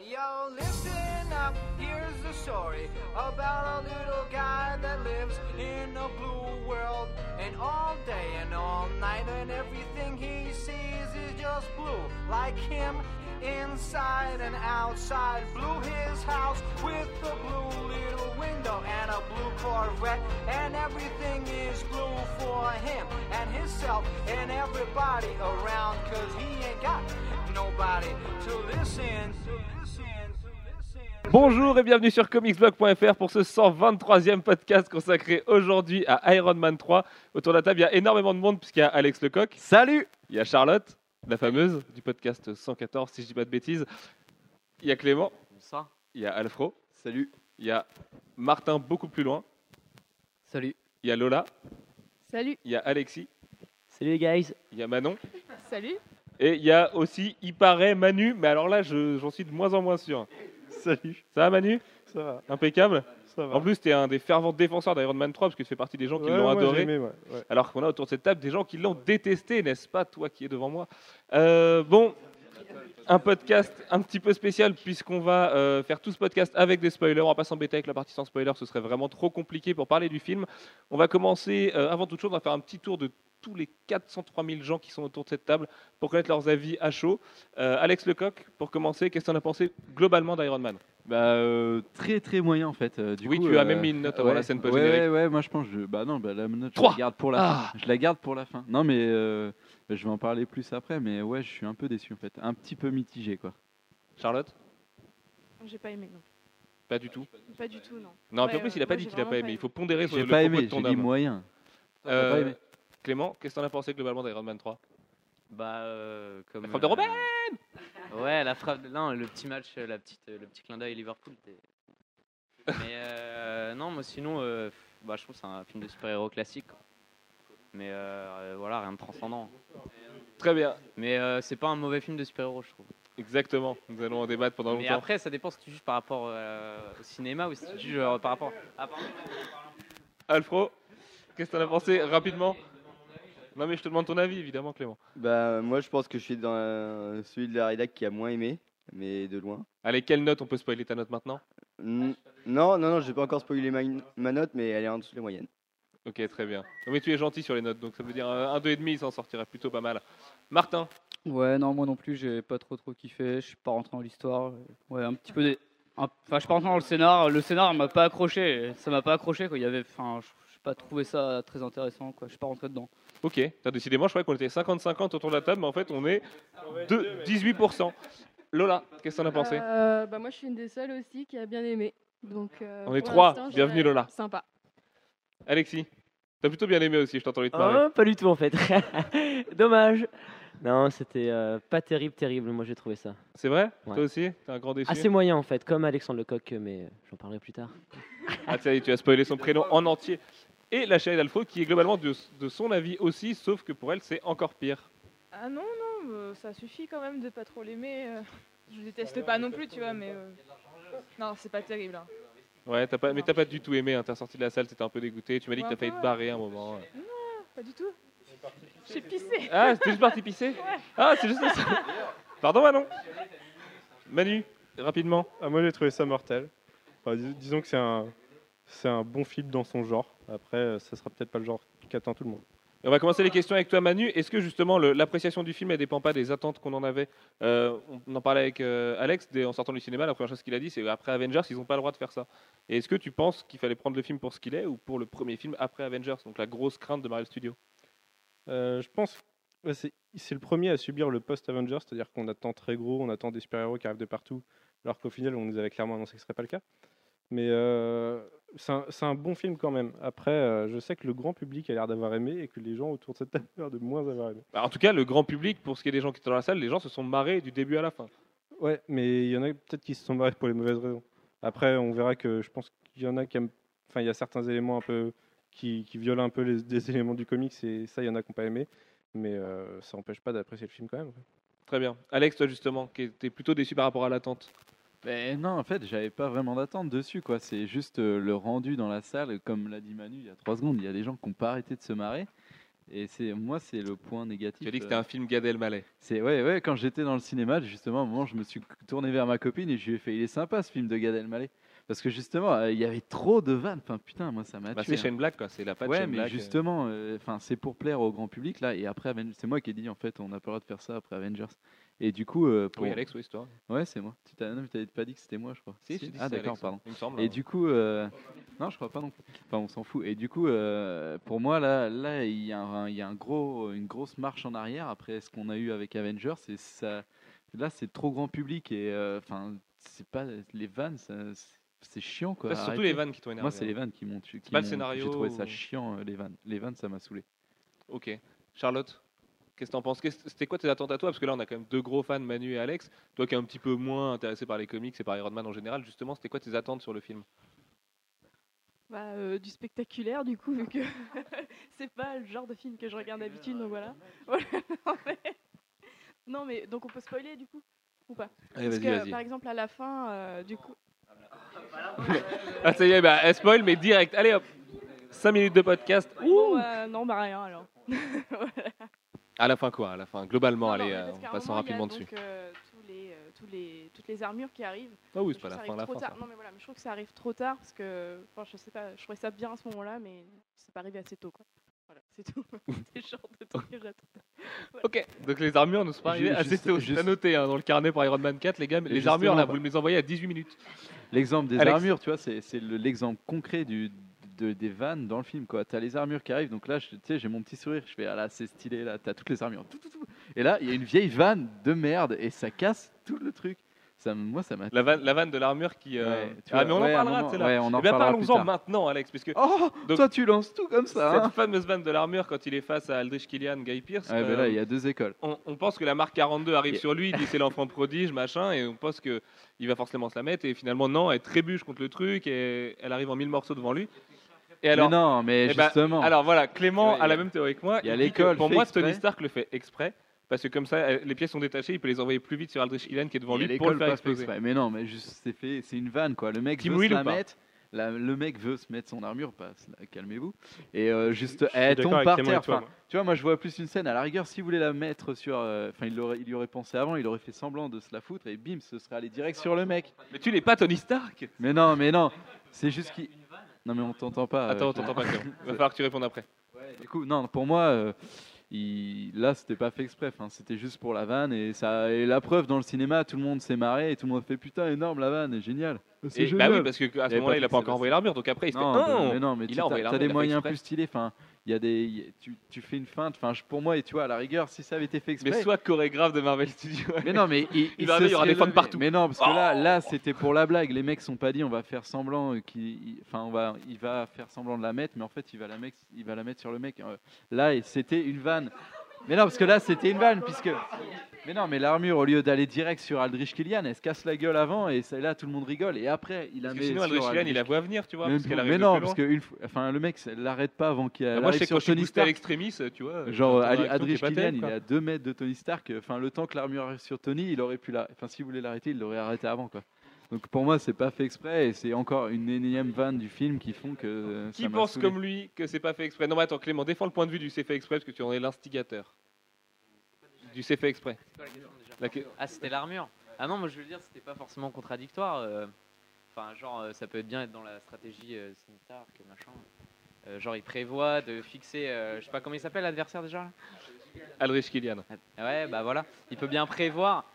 Yo, listen up, here's the story about a little guy that lives in a blue world. And all day and all night and everything he sees is just blue. Like him, inside and outside. Blue his house with a blue little window and a blue Corvette. And everything is blue for him and himself and everybody around. Cause he ain't got nobody to listen. Bonjour et bienvenue sur comicsblog.fr pour ce 123e podcast consacré aujourd'hui à Iron Man 3. Autour de la table, il y a énormément de monde puisqu'il y a Alex Lecoq. Salut. Il y a Charlotte, la fameuse du podcast 114 si je dis pas de bêtises. Il y a Clément. Bonsoir. Il y a Alfro. Salut. Il y a Martin beaucoup plus loin. Salut. Il y a Lola. Salut. Il y a Alexis. Salut les guys. Il y a Manon. Salut. Et il y a aussi, il paraît, Manu. Mais alors là, j'en suis de moins en moins sûr. Salut. Ça va Manu? Ça va. Impeccable. Ça va. En plus, tu es un des fervents défenseurs d'Iron Man 3 parce que tu fais partie des gens qui l'ont moi, adoré. j'ai aimé, ouais. Alors qu'on a autour de cette table des gens qui l'ont détesté, n'est-ce pas, toi qui es devant moi? Bon, un podcast un petit peu spécial puisqu'on va faire tout ce podcast avec des spoilers. On va pas s'embêter avec la partie sans spoilers, ce serait vraiment trop compliqué pour parler du film. On va commencer, avant toute chose, on va faire un petit tour de tous les 403 000 gens qui sont autour de cette table pour connaître leurs avis à chaud. Alex Lecoq, pour commencer, qu'est-ce que tu en as pensé globalement d'Iron Man? Très très moyen en fait. Oui, tu as même mis une note avant la scène post-générique. Ouais, moi je pense que la note je 3. la garde pour la fin. Je la garde pour la fin. Non mais je vais en parler plus après, mais ouais, je suis un peu déçu en fait, un petit peu mitigé quoi. Charlotte? J'ai pas aimé, non. Pas du tout. Pas du tout, non. Non, puis Ouais, en plus, il a pas moi, dit j'ai qu'il a pas vraiment aimé. Il faut pondérer J'ai le pas propos aimé, de ton j'ai dit homme. moyen. Pas aimé. Clément, qu'est-ce que t'en as pensé globalement d'Iron Man 3? Comme La frappe de Robben. Ouais, la frappe. Non, le petit match, le petit clin d'œil Liverpool. Mais non, moi sinon, je trouve que c'est un film de super-héros classique. Quoi. Mais voilà, rien de transcendant. Très bien, Mais c'est pas un mauvais film de super-héros, je trouve. exactement. Nous allons en débattre pendant Mais longtemps. après, ça dépend si tu juges par rapport au cinéma ou si tu juges par rapport. Alfro, qu'est-ce que t'en as pensé rapidement? Non mais je te demande ton avis évidemment Clément. Moi je pense que je suis dans celui de la rédac qui a moins aimé, mais de loin. Allez, quelle note? On peut spoiler ta note maintenant? Non, j'ai pas encore spoilé ma note, mais elle est en dessous de la moyenne. Ok, très bien. Non, mais tu es gentil sur les notes, donc ça veut dire un 2,5, il s'en sortirait plutôt pas mal. Martin? Ouais, non, moi non plus, j'ai pas trop kiffé. Je suis pas rentré dans l'histoire. Ouais, un petit peu. Enfin, je suis pas rentré dans le scénar. Le scénar m'a pas accroché. Ça m'a pas accroché. Quoi. Il y avait. Enfin, je pas trouvé ça très intéressant. Quoi. Je suis pas rentré dedans. Ok, décidément, je croyais qu'on était 50-50 autour de la table, mais en fait, on est de 18%. Lola, qu'est-ce que t'en as pensé? Moi, je suis une des seules aussi qui a bien aimé. Donc, On est pour 3, l'instant, je bienvenue dirais Lola. Sympa. Alexis, t'as plutôt bien aimé aussi, je t'entends te parler. Pas du tout en fait. Dommage. Non, c'était pas terrible, moi j'ai trouvé ça. C'est vrai? Ouais. Toi aussi? T'es un grand déçu? Assez moyen en fait, comme Alexandre Lecoq, mais j'en parlerai plus tard. Ah, ça y est, tu as spoilé son prénom en entier. Et la chérie d'Alfro qui est globalement de son avis aussi, sauf que pour elle, c'est encore pire. Ah non, ça suffit quand même de pas trop l'aimer. Je déteste pas non plus, tu vois, mais... Non, c'est pas terrible. Hein. Ouais, t'as pas du tout aimé, hein. T'es sorti de la salle, t'étais un peu dégoûté, tu m'as dit que t'as failli te barrer un moment. Non, pas du tout. J'ai pissé. Ah, t'es juste parti pisser? Ouais. Ah, c'est juste ça. Pardon Manon? Manu, rapidement. Moi j'ai trouvé ça mortel. Disons que c'est un bon film dans son genre. Après, ça sera peut-être pas le genre qu'attend tout le monde. Et on va commencer les questions avec toi Manu. Est-ce que justement l'appréciation du film ne dépend pas des attentes qu'on en avait? On en parlait avec Alex en sortant du cinéma, la première chose qu'il a dit c'est après Avengers ils n'ont pas le droit de faire ça. Et est-ce que tu penses qu'il fallait prendre le film pour ce qu'il est ou pour le premier film après Avengers, donc la grosse crainte de Marvel Studios? Je pense que c'est le premier à subir le post-Avengers, c'est-à-dire qu'on attend très gros, on attend des super-héros qui arrivent de partout, alors qu'au final on nous avait clairement annoncé que ce ne serait pas le cas. Mais c'est un bon film quand même. Après, je sais que le grand public a l'air d'avoir aimé et que les gens autour de cette table ont l'air de moins avoir aimé. En tout cas, le grand public, pour ce qui est des gens qui étaient dans la salle, les gens se sont marrés du début à la fin. Ouais, mais il y en a peut-être qui se sont marrés pour les mauvaises raisons. Après, on verra que je pense qu'il y en a qui aiment... Enfin, il y a certains éléments un peu qui violent un peu des éléments du comics et ça, il y en a qui n'ont pas aimé. Mais ça n'empêche pas d'apprécier le film quand même. Très bien. Alex, toi justement, qui était plutôt déçu par rapport à l'attente. Non, en fait, j'avais pas vraiment d'attente dessus, quoi. C'est juste le rendu dans la salle, comme l'a dit Manu il y a 3 secondes, il y a des gens qui n'ont pas arrêté de se marrer. Et moi, c'est le point négatif. Tu as dit que c'était un film Gad Elmaleh. Ouais, quand j'étais dans le cinéma, justement, à un moment, je me suis tourné vers ma copine et je lui ai fait, il est sympa ce film de Gad Elmaleh. Parce que justement, il y avait trop de vannes. Enfin, putain, moi, ça m'a tué. C'est Shane Black, quoi. C'est la patte Ouais, Shane mais Black. justement, c'est pour plaire au grand public, là. Et après, c'est moi qui ai dit, en fait, on n'a pas le droit de faire ça après Avengers. Et du coup, Oui, Alex, oui, c'est toi. Ouais, c'est moi. Non, mais t'avais pas dit que c'était moi, je crois. Si, je dis Ah, c'est d'accord, Alex, pardon. il me semble. Et du coup, non, je crois pas non plus. Enfin, on s'en fout. Et du coup, pour moi, là, il y a une grosse marche en arrière après ce qu'on a eu avec Avengers. Et ça, là, c'est trop grand public et enfin, c'est pas les vannes, c'est chiant quoi. C'est surtout Arrêtez. les vannes qui t'ont énervé. Moi, c'est les vannes qui m'ont tué. Pas le scénario. J'ai trouvé ça chiant, les vannes. Les vannes, ça m'a saoulé. Ok. Charlotte, qu'est-ce que t'en penses? C'était quoi tes attentes à toi? Parce que là, on a quand même deux gros fans, Manu et Alex. Toi qui es un petit peu moins intéressé par les comics et par Iron Man en général, justement, c'était quoi tes attentes sur le film? Du spectaculaire, du coup, vu que c'est pas le genre de film que je regarde d'habitude, donc voilà. Non, mais donc on peut spoiler, du coup, ou pas? Allez, Parce vas-y, que, vas-y. par exemple, à la fin, du coup... Ah, ça y est, elle spoil, mais direct. Allez hop, 5 minutes de podcast. Bon, non, rien, alors. Voilà. À la fin quoi? À la fin, globalement, Non, allez, mais parce qu'à on un passe moment, rapidement il y a dessus. donc, toutes les armures qui arrivent. Ah oui, Je c'est pas trouve la que fin, ça la arrive trop fin. tard. Non, mais voilà, mais je trouve que ça arrive trop tard parce que, enfin, je sais pas, je trouvais ça bien à ce moment-là, mais c'est pas arrivé assez tôt, quoi. Voilà, c'est tout. C'est le genre de truc que j'attends. Ok, donc les armures ne sont pas arrivées assez tôt. C'est à noter dans le carnet pour Iron Man 4, les gars. Les armures, là, vous me les envoyez à 18 minutes. L'exemple des Alex. armures, tu vois, c'est l'exemple concret des vannes dans le film, quoi. T'as les armures qui arrivent, donc là, tu sais, j'ai mon petit sourire, je fais, ah là, c'est stylé, là, t'as toutes les armures. Tout. Et là, il y a une vieille vanne de merde et ça casse tout le truc. Moi, ça m'a. La vanne de l'armure qui. Ouais, tu Ah, vois, mais on en ouais, à un parlera, moment, c'est là. ouais, on en Eh bien, reparlera plus parlons-en tard. maintenant, Alex, puisque. Oh, Donc, toi, tu lances tout comme ça. Cette Hein. fameuse vanne de l'armure, quand il est face à Aldrich Killian, Guy Pearce. Ouais, ben là, il y a deux écoles. On pense que la marque 42 arrive sur lui, il dit c'est l'enfant prodige, machin, et on pense qu'il va forcément se la mettre, et finalement, non, elle trébuche contre le truc, et elle arrive en 1000 morceaux devant lui. Et alors, mais non, mais eh ben, justement. alors voilà, Clément Ouais, a la même théorie que moi. il y a dit que l'école pour fait moi, exprès. Tony Stark le fait exprès, parce que comme ça, les pièces sont détachées, il peut les envoyer plus vite sur Aldrich Killian qui est devant Il y a lui pour le l'école faire pas fait exploser. exprès. Mais non, mais juste, c'est une vanne, quoi. Le mec Team veut Will se ou la pas mettre. Le mec veut se mettre son armure, calmez-vous. Et juste, Je suis elle d'accord tombe avec par Clément terre. et toi, Enfin, moi. tu vois, moi, je vois plus une scène. À la rigueur, si vous voulez la mettre sur, enfin, il y aurait pensé avant. Il aurait fait semblant de se la foutre et bim, ce serait allé direct sur le mec. Mais tu n'es pas Tony Stark. Mais non, c'est juste qu'il. Non, mais on t'entend pas. Attends, on t'entend pas, Clément. Il va falloir que tu répondes après. Du coup, non, pour moi, là, c'était pas fait exprès. Enfin, c'était juste pour la vanne. Et la preuve, dans le cinéma, tout le monde s'est marré et tout le monde fait putain, énorme la vanne, génial. C'est Et, bah génial. oui, parce qu'à ce avait moment-là, pas il a fait pas ça, encore là. envoyé l'armure, donc après, il se fait Non, mais il a envoyé t'as l'armure. des il a fait moyens exprès. plus stylés. Enfin, tu fais une feinte. Enfin, pour moi, et tu vois, à la rigueur, si ça avait été fait exprès. Mais soit chorégraphe de Marvel Studios. Mais non, mais Il va arriver, il y aura des fans partout. Mais non, parce que là, c'était pour la blague. Les mecs sont pas dit, on va faire semblant il va faire semblant de la mettre, mais en fait, il va la mettre sur le mec. Là, c'était une vanne. Mais non, parce que là, c'était une vanne, puisque. Mais non, mais l'armure, au lieu d'aller direct sur Aldrich Killian, elle se casse la gueule avant, et là, tout le monde rigole. Et après, il la Parce met que sinon, sur Aldrich Killian, il la voit venir, tu vois. Mais, Parce qu'elle arrive mais de non, plus parce loin. que le mec, l'arrête pas avant qu'il Moi, je arrive sais que quand sur je suis Tony boosté à Stark. l'extrémis, tu vois. Genre, j'ai une réaction qui est Aldrich pas Killian, terrible, il quoi. est à 2 mètres de Tony Stark. Enfin, le temps que l'armure arrive sur Tony, il aurait pu Enfin, s'il voulait l'arrêter, il l'aurait arrêté avant, quoi. Donc pour moi, c'est pas fait exprès et c'est encore une énième vanne du film qui font que. Qui ça m'a pense saoulé. comme lui que c'est pas fait exprès? Non, mais attends, Clément, défends le point de vue du c'est fait exprès parce que tu en es l'instigateur. Du c'est fait exprès. Ah, c'était l'armure. Ah non, moi je veux dire, c'était pas forcément contradictoire. Enfin, genre, ça peut être bien être dans la stratégie Tony Stark, machin. Genre, il prévoit de fixer, je sais pas comment il s'appelle l'adversaire déjà là. Aldrich Killian. Ouais, bah voilà. Il peut bien prévoir.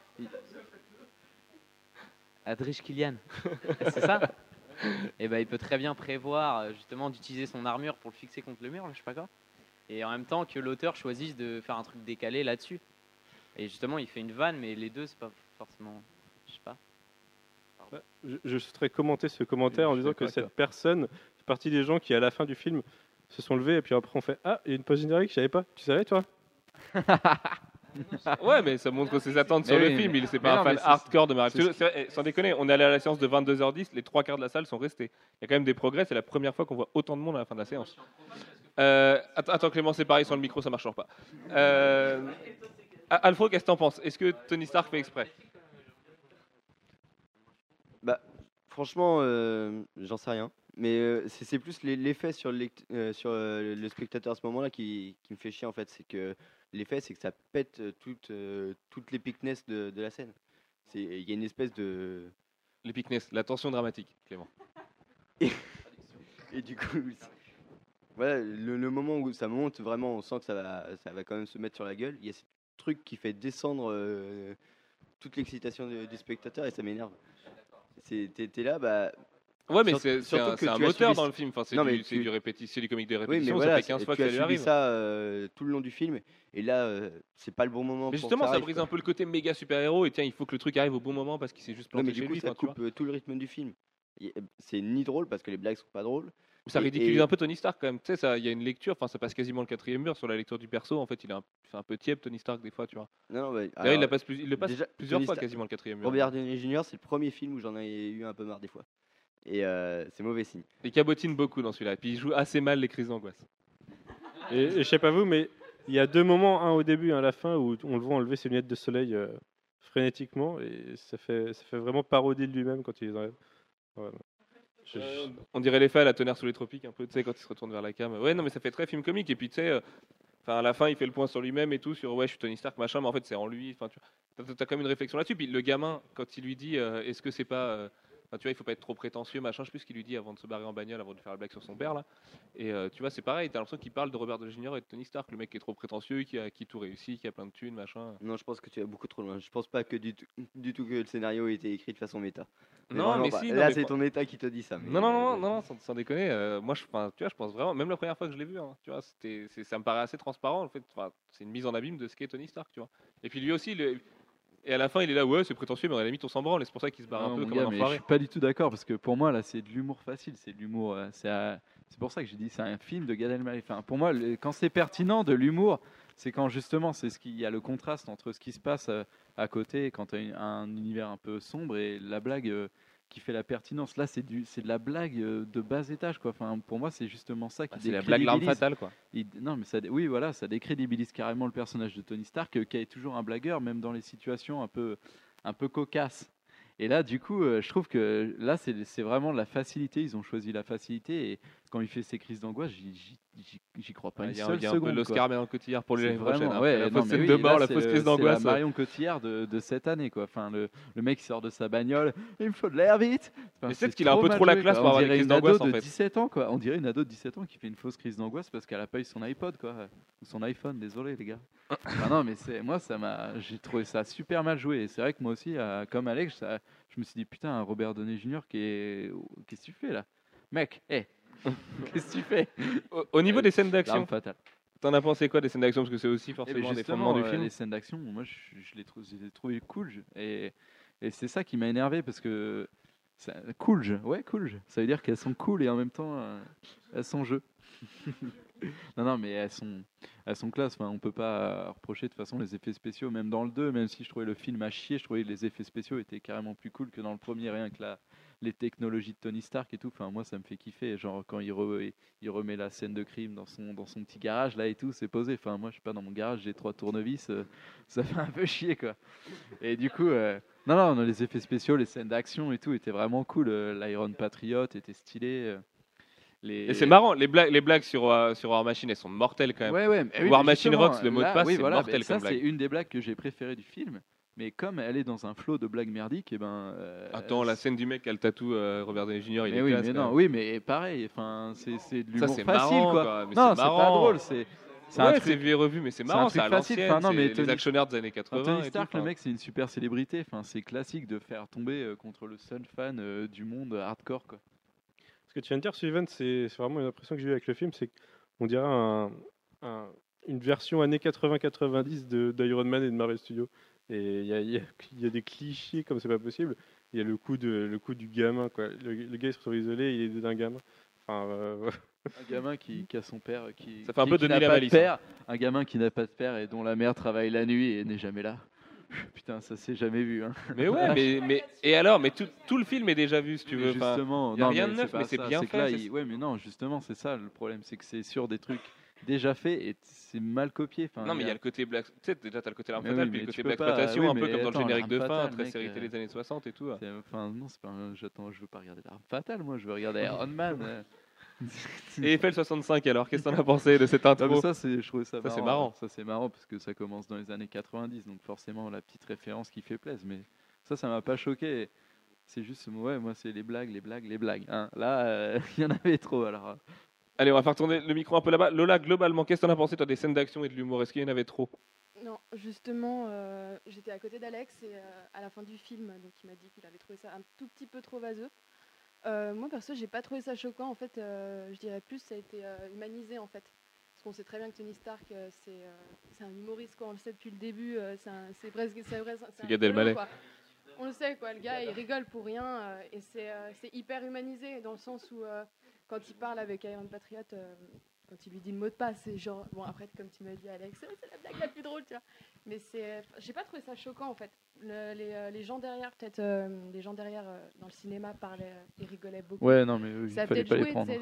Aldrich Killian, c'est ça. Et ben il peut très bien prévoir justement d'utiliser son armure pour le fixer contre le mur, là, je sais pas quoi. Et en même temps que l'auteur choisisse de faire un truc décalé là-dessus. Et justement, il fait une vanne, mais les deux, c'est pas forcément, je sais pas. Je souhaiterais commenter ce commentaire en disant que cette personne fait partie des gens qui, à la fin du film, se sont levés et puis après on fait ah, il y a une pause générique, je savais pas. Tu savais toi? Ouais, mais ça montre ses attentes Mais sur oui, le film. mais- C'est mais pas non, un fan mais c'est- hardcore de Marvel c'est- Studios. Sans déconner, on est allé à la séance de 22h10, les 3 quarts de la salle sont restés. Il y a quand même des progrès, c'est la première fois qu'on voit autant de monde à la fin de la séance. Attends, Clément, c'est pareil, sans le micro, ça marche pas. Alfred, qu'est-ce que t'en penses? Est-ce que Tony Stark fait exprès? Bah, franchement, j'en sais rien. Mais c'est plus l'effet sur le spectateur à ce moment-là qui me fait chier en fait. C'est que l'effet, c'est que ça pète toute l'épicness de la scène. Il y a une espèce de... L'épicness, la tension dramatique, Clément. Et du coup, voilà, le moment où ça monte, vraiment, on sent que ça va quand même se mettre sur la gueule. Il y a ce truc qui fait descendre toute l'excitation du spectateur et ça m'énerve. T'es là, bah... Ouais, mais Surtout c'est un que tu as moteur suivi dans le film. Enfin, c'est Non, mais du c'est du comique de Oui, répétition. mais Ça voilà, fait 15 fois tu que as ça lui suivi arrive. ça tout le long du film. Et là, c'est pas le bon moment Mais pour justement, que ça arrive, brise quoi. un peu le côté méga super-héros. Et tiens, il faut que le truc arrive au bon moment parce qu'il s'est juste Non, planté mais du chez coup, lui. ça Enfin, tu vois. coupe tout le rythme du film. C'est ni drôle parce que les blagues sont pas drôles. Ça Et- ridiculise et- un peu Tony Stark quand même. Tu sais, il y a une lecture. Enfin, ça passe quasiment le 4e mur sur la lecture du perso. En fait, il fait un peu tiède Tony Stark des fois, tu vois. Non, ouais, D'ailleurs, il alors, le passe déjà, plusieurs Tony fois Stark- quasiment le 4e mur. Robert Downey Jr., c'est le premier film où j'en ai eu un peu marre des fois. Et c'est mauvais signe. Il cabotine beaucoup dans celui-là. Et puis il joue assez mal les crises d'angoisse. Et je sais pas vous, mais il y a 2 moments, un au début et un à la fin, où on le voit enlever ses lunettes de soleil frénétiquement, et ça fait vraiment parodie de lui-même quand il les enlève. Voilà. On dirait l'effet à la tonnerre sous les tropiques, un peu, tu sais, quand il se retourne vers la cam. Ouais, non, mais ça fait très film comique. Et puis, tu sais, à la fin, il fait le point sur lui-même et tout, sur ouais, je suis Tony Stark, machin, mais en fait, c'est en lui. Enfin, tu as quand même une réflexion là-dessus. Puis le gamin, quand il lui dit, est-ce que c'est pas. Tu vois, il faut pas être trop prétentieux, machin, je sais plus ce qu'il lui dit avant de se barrer en bagnole, avant de faire la blague sur son père, là. Et tu vois, c'est pareil, t'as l'impression qu'il parle de Robert Downey Jr. et de Tony Stark, le mec qui est trop prétentieux, qui tout réussit, qui a plein de thunes, machin. Non, je pense que tu vas beaucoup trop loin. Je pense pas que du tout que le scénario ait été écrit de façon méta. Non, vraiment mais pas. si. non, Là, mais c'est pas- ton état qui te dit ça. Mais Non, sans déconner. Moi, tu vois, je pense vraiment, même la première fois que je l'ai vu, hein, tu vois, ça me paraît assez transparent. En fait, c'est une mise en abîme de ce qu'est Tony Stark, tu vois. Et puis lui aussi, et à la fin, il est là, ouais, c'est prétentieux, mais à la limite, on s'en branle. Et c'est pour ça qu'il se barre Non, un peu mon comme gars, un mais je enfoiré. suis pas du tout d'accord parce que pour moi là c'est de l'humour facile, c'est de l'humour, c'est pour ça que j'ai dit c'est un film de Gad Elmaleh. Enfin, pour moi, quand c'est pertinent de l'humour, c'est quand justement c'est ce qu'il y a le contraste entre ce qui se passe à côté, quand tu as un univers un peu sombre et la blague qui fait la pertinence. Là, c'est de la blague de bas étage quoi. Enfin, pour moi, c'est justement ça qui C'est la blague l'arme décrédibilise. fatale, quoi. Non, mais oui, voilà, ça décrédibilise carrément le personnage de Tony Stark, qui est toujours un blagueur, même dans les situations un peu cocasses. Et là, du coup, je trouve que là, c'est vraiment la facilité. Ils ont choisi la facilité. Et quand il fait ses crises d'angoisse, j'y crois pas une Il y a seule un seconde. peu l'Oscar Marion Cotillard pour lui l'année prochaine. Hein, Ouais, la non, fausse mais scène oui, de là, mort, la c'est fausse le- crise c'est la d'angoisse. Marion Cotillard de cette année, quoi. Enfin, le mec qui sort de sa bagnole, il me faut de l'air vite. Enfin, Mais c'est peut-être qu'il a un peu mal trop la joué, classe quoi. pour avoir On des dirait crises une ado d'angoisse, en de fait. 17 ans, quoi. On dirait une ado de 17 ans qui fait une fausse crise d'angoisse parce qu'elle a pas eu son iPod, quoi. Ou son iPhone, désolé, les gars. Ah non, mais moi, j'ai trouvé ça super mal joué. Et c'est vrai que moi aussi, comme Alex, je me suis dit, putain, Robert Downey Jr., qu'est-ce que tu fais là? Mec, qu'est-ce que tu fais? Au niveau des scènes d'action, L'arme fatale. t'en as pensé quoi des scènes d'action? Parce que c'est aussi Eh ben, forcément des justement, fondements du film. les scènes d'action, moi, je les trouvées cool. Et c'est ça qui m'a énervé parce que. Cool, ouais, cool. Ça veut dire qu'elles sont cool et en même temps, elles sont jeux. Non, mais elles sont classe. Enfin, on peut pas reprocher de toute façon les effets spéciaux, même dans le 2, même si je trouvais le film à chier, je trouvais que les effets spéciaux étaient carrément plus cool que dans le premier, rien que les technologies de Tony Stark et tout. Enfin, moi, ça me fait kiffer. Genre, quand il remet la scène de crime dans son petit garage là et tout, c'est posé. Enfin, moi, je sais pas, dans mon garage, j'ai 3 tournevis, ça fait un peu chier, quoi. Et du coup, non, les effets spéciaux, les scènes d'action et tout étaient vraiment cool. L'Iron Patriot était stylé. Et c'est marrant, les blagues sur War Machine, elles sont mortelles quand même. Ouais, mais War Machine justement, Rocks, le mot de là, passe, oui, c'est voilà, mortel ça, comme blague. c'est une des blagues que j'ai préférées du film. Mais comme elle est dans un flot de blagues merdiques, et ben. Attends, la scène du mec qui a le tatou Robert Downey Jr. il Mais est oui, classe, mais quand non, même. oui, mais pareil. Enfin, c'est de l'humour c'est facile, marrant, quoi. mais Non, c'est c'est pas marrant. drôle. C'est un Ouais, truc. c'est vu et revu, mais c'est c'est un marrant, truc c'est à facile. l'ancienne, Enfin, non, mais c'est les Tony- actionnaires des années 80. Tony et tout, Stark, le enfin. mec, c'est une super célébrité. Enfin, c'est classique de faire tomber contre le seul fan du monde hardcore, quoi. Ce que tu viens de dire, Sullivan, c'est vraiment une impression que j'ai eue avec le film, c'est qu'on dirait une version années 80-90 d'Iron Man et de Marvel Studios. Et il y a des clichés comme c'est pas possible. Il y a le coup du gamin, quoi. Le gars il se retrouve isolé, il est aidé d'un gamin. Enfin, Un gamin qui a son père, Ça fait un peu qui Denis n'a pas de Lavalisse, père, un gamin qui n'a pas de père et dont la mère travaille la nuit et n'est jamais là. Putain, ça s'est jamais vu. Hein. Mais ouais, mais et alors, mais tout le film est déjà vu, si tu veux. Mais Enfin, justement, y a non, rien de neuf, pas mais c'est ça. bien que fait, là, c'est- ouais, mais non, justement, c'est ça le problème, c'est que c'est sur des trucs déjà fait et c'est mal copié. Enfin, Non, mais il y a le côté black. Tu sais, déjà, t'as le côté l'arme Mais fatale, oui, puis le mais côté tu peux black pas- exploitation, oui, un peu mais comme dans attends, le générique de l'arme fin, fatale, très mec, série télé des années 60 et tout. Enfin, non, c'est pas. Je veux pas regarder l'arme fatale, moi, je veux regarder Iron Man. Et Eiffel 65, alors, qu'est-ce que t'en as pensé de cette Ah, mais intro? ça, je trouvais ça, Ça, c'est marrant. marrant. Ça, c'est marrant parce que ça commence dans les années 90, donc forcément, la petite référence qui fait plaisir. Mais ça m'a pas choqué. C'est juste, ouais, moi, c'est les blagues. Hein. Là, il y en avait trop, alors. Allez, on va faire tourner le micro un peu là-bas. Lola, globalement, qu'est-ce que t'en as pensé, toi, des scènes d'action et de l'humour? Est-ce qu'il y en avait trop? Non, justement, j'étais à côté d'Alex et à la fin du film, donc il m'a dit qu'il avait trouvé ça un tout petit peu trop vaseux. Moi, perso, j'ai pas trouvé ça choquant. En fait, je dirais plus ça a été humanisé, en fait. Parce qu'on sait très bien que Tony Stark, c'est un humoriste, quoi. On le sait depuis le début. C'est presque... C'est Gad Elmaleh. quoi. On le sait, quoi. Le gars, il rigole pour rien. Et c'est hyper humanisé, dans le sens où, quand il parle avec Iron Patriot... quand il lui dit le mot de passe, c'est genre... Bon, après, comme tu m'as dit, Alex, c'est la blague la plus drôle, tu vois. Mais j'ai pas trouvé ça choquant, en fait. Les gens derrière, peut-être, les gens derrière dans le cinéma parlaient et rigolaient beaucoup. Ouais, non, mais il Ça a fallait peut-être pas les joué, prendre.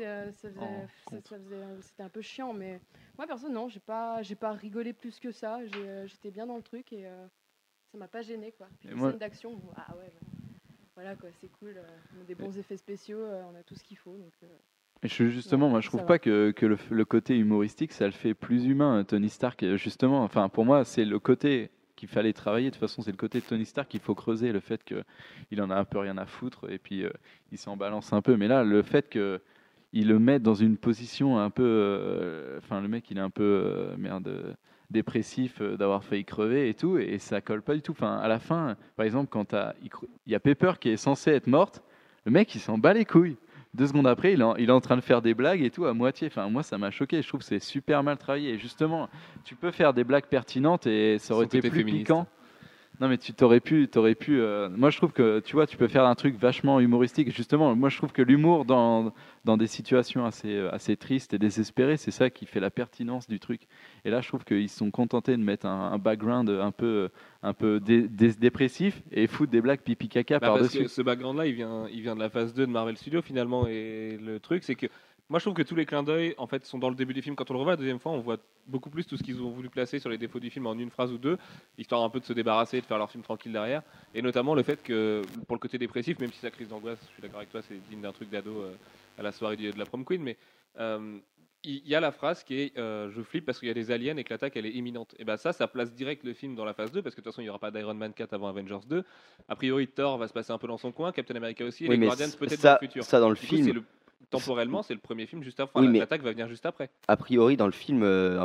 c'était un peu chiant, mais moi, perso, non, j'ai pas rigolé plus que ça. J'étais bien dans le truc et ça m'a pas gêné, quoi. Puis Et les moi- scènes d'action, bon, ah ouais, voilà, quoi, c'est cool. On a des bons effets spéciaux, on a tout ce qu'il faut, donc... Et justement, Non, moi je ça trouve va. pas que le côté humoristique ça le fait plus humain. Tony Stark, justement, enfin pour moi c'est le côté qu'il fallait travailler. De toute façon, c'est le côté de Tony Stark qu'il faut creuser, le fait qu'il en a un peu rien à foutre et puis il s'en balance un peu. Mais là, le fait qu'il le mette dans une position un peu. Enfin, le mec il est un peu dépressif d'avoir failli crever et tout, et ça colle pas du tout. Enfin, à la fin, par exemple, quand il y a Pepper qui est censée être morte, le mec il s'en bat les couilles. 2 secondes après, il est en train de faire des blagues et tout à moitié. Enfin, moi, ça m'a choqué. Je trouve que c'est super mal travaillé. Et justement, tu peux faire des blagues pertinentes et ça aurait Son été côté plus féministe. piquant. Non, mais tu t'aurais pu. Moi, je trouve que tu vois, tu peux faire un truc vachement humoristique. Justement, moi, je trouve que l'humour dans des situations assez tristes et désespérées, c'est ça qui fait la pertinence du truc. Et là, je trouve qu'ils se sont contentés de mettre un background un peu dépressif et foutre des blagues pipi caca Bah, parce par-dessus. que ce background-là, il vient de la phase 2 de Marvel Studios finalement. Et le truc, c'est que moi, je trouve que tous les clins d'œil, en fait, sont dans le début du film. Quand on le revoit la deuxième fois, on voit beaucoup plus tout ce qu'ils ont voulu placer sur les défauts du film en une phrase ou deux, histoire un peu de se débarrasser et de faire leur film tranquille derrière. Et notamment le fait que, pour le côté dépressif, même si sa crise d'angoisse, je suis d'accord avec toi, c'est digne d'un truc d'ado à la soirée de la prom queen, mais il y a la phrase qui est je flippe parce qu'il y a des aliens et que l'attaque elle est imminente. Et ben ça place direct le film dans la phase 2 parce que de toute façon il n'y aura pas d'Iron Man 4 avant Avengers 2. A priori Thor va se passer un peu dans son coin, Captain America aussi, et Oui, les mais Guardians peut-être ça- dans le futur. ça, dans le Du coup, film- temporellement c'est le premier film juste après. Oui, Enfin, mais- l'attaque va venir juste après. A priori, dans le film,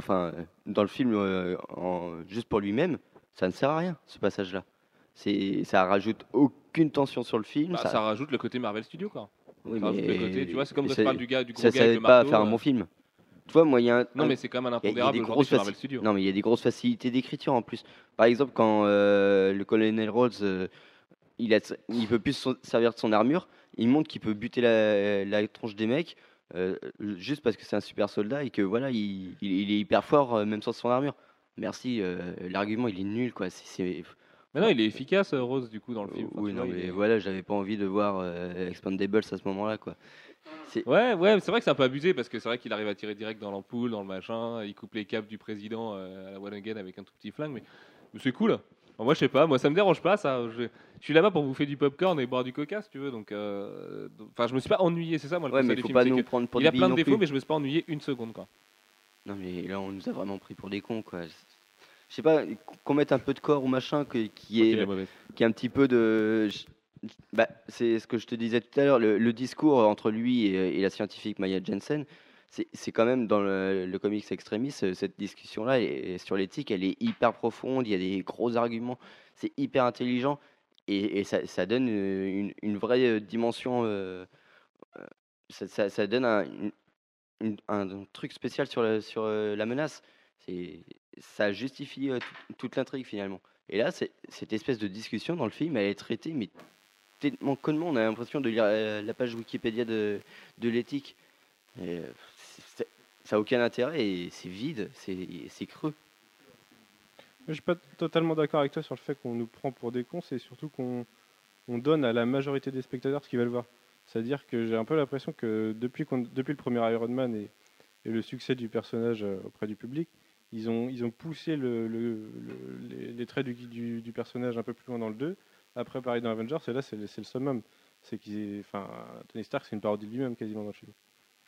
juste pour lui-même, ça ne sert à rien, ce passage-là. Ça rajoute aucune tension sur le film. Bah, ça rajoute le côté Marvel Studio quoi. Oui, Ça rajoute mais- le côté, tu vois, c'est comme quand ça- je parle du gros ça gars avec savait le pas marteau. faire un bon film. Tu vois, moi, il y a un. Non mais c'est quand même un il y a impondérable des aujourd'hui grosses chez Marvel faci- Studios. Non, mais il y a des grosses facilités d'écriture en plus. Par exemple, quand le colonel Rhodes, il peut plus servir de son armure, il montre qu'il peut buter la tronche des mecs juste parce que c'est un super soldat et que voilà, il est hyper fort même sans son armure. Merci, l'argument il est nul quoi. Mais non, il est efficace Rose du coup dans le film. Enfin, Oui, tu non, vois, il mais est- voilà, j'avais pas envie de voir Expandables à ce moment-là quoi. Ouais, c'est vrai que c'est un peu abusé parce que c'est vrai qu'il arrive à tirer direct dans l'ampoule, dans le machin, il coupe les câbles du président à la One Again avec un tout petit flingue, mais c'est cool. Bon, moi je sais pas, moi ça me dérange pas ça. Je suis là-bas pour bouffer du popcorn et boire du coca si tu veux, donc enfin je me suis pas ennuyé, c'est ça moi le Ouais, constat mais du faut film, pas c'est nous que prendre pour il des a plein billes de non défauts plus. mais je me suis pas ennuyé une seconde quoi. Non mais là on nous a vraiment pris pour des cons quoi. Je sais pas, qu'on mette un peu de corps ou machin qui qu'il est est mauvais. qui est un petit peu de bah, c'est ce que je te disais tout à l'heure, le discours entre lui et la scientifique Maya Jensen, c'est quand même dans le comics Extremis, cette discussion-là sur l'éthique, elle est hyper profonde, il y a des gros arguments, c'est hyper intelligent et ça donne une vraie dimension, ça donne un truc spécial sur la menace. Ça justifie toute l'intrigue finalement. Et là, cette espèce de discussion dans le film, elle est traitée, mais tellement connement, on a l'impression de lire la page Wikipédia de l'éthique. Et, ça n'a aucun intérêt et c'est vide, c'est creux. Je suis pas totalement d'accord avec toi sur le fait qu'on nous prend pour des cons, c'est surtout qu'on donne à la majorité des spectateurs ce qu'ils veulent voir. C'est-à-dire que j'ai un peu l'impression que depuis le premier Iron Man et le succès du personnage auprès du public, ils ont poussé les traits du personnage un peu plus loin dans le 2. Après, pareil dans Avengers, et là, c'est le summum. Tony Stark, c'est une parodie de lui-même quasiment dans le film.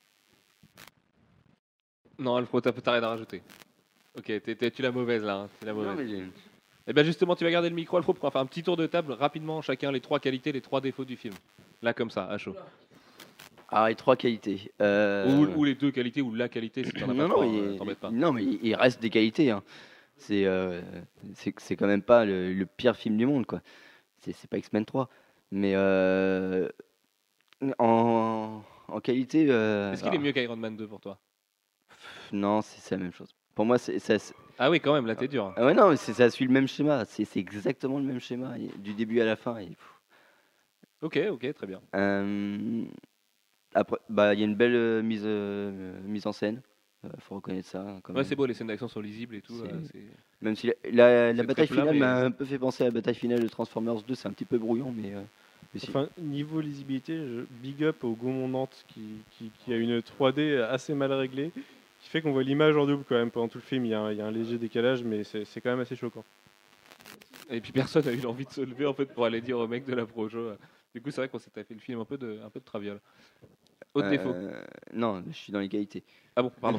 Non, Alfro, t'as rien à rajouter. Ok, tu la mauvaise là. C'est la Non, mauvaise. mais Et bien justement, tu vas garder le micro, Alfro, pour faire un petit tour de table rapidement, chacun les 3 qualités, les 3 défauts du film. Là, comme ça, à chaud. ah, et 3 qualités. Ou les 2 qualités, ou la qualité, si t'en as pas non, trois, non, t'embête pas. non, mais il reste des qualités. Hein. C'est quand même pas le pire film du monde, quoi. C'est pas X-Men 3. Mais en qualité. Est-ce qu'il est mieux qu'Iron Man 2 pour toi? Non, c'est la même chose. Pour moi, Ah oui, quand même, là, t'es dur. Hein. Ah ouais, non, mais ça suit le même schéma. C'est exactement le même schéma, du début à la fin. Ok, très bien. Après, il y a une belle mise en scène. Faut reconnaître ça. Quand Ouais, même. c'est beau, les scènes d'action sont lisibles et tout. Même si la c'est bataille très plat, finale mais- m'a un peu fait penser à la bataille finale de Transformers 2. C'est un petit peu brouillon, mais si. Enfin, niveau lisibilité, big up au Gaumont Nantes qui a une 3D assez mal réglée, qui fait qu'on voit l'image en double quand même pendant tout le film. Il y a un léger décalage, mais c'est quand même assez choquant. Et puis personne n'a eu l'envie de se lever en fait pour aller dire au mec de la Projo. Du coup, c'est vrai qu'on s'est tapé le film un peu de traviole. Autre défaut. Non, je suis dans les qualités. Ah bon, pardon.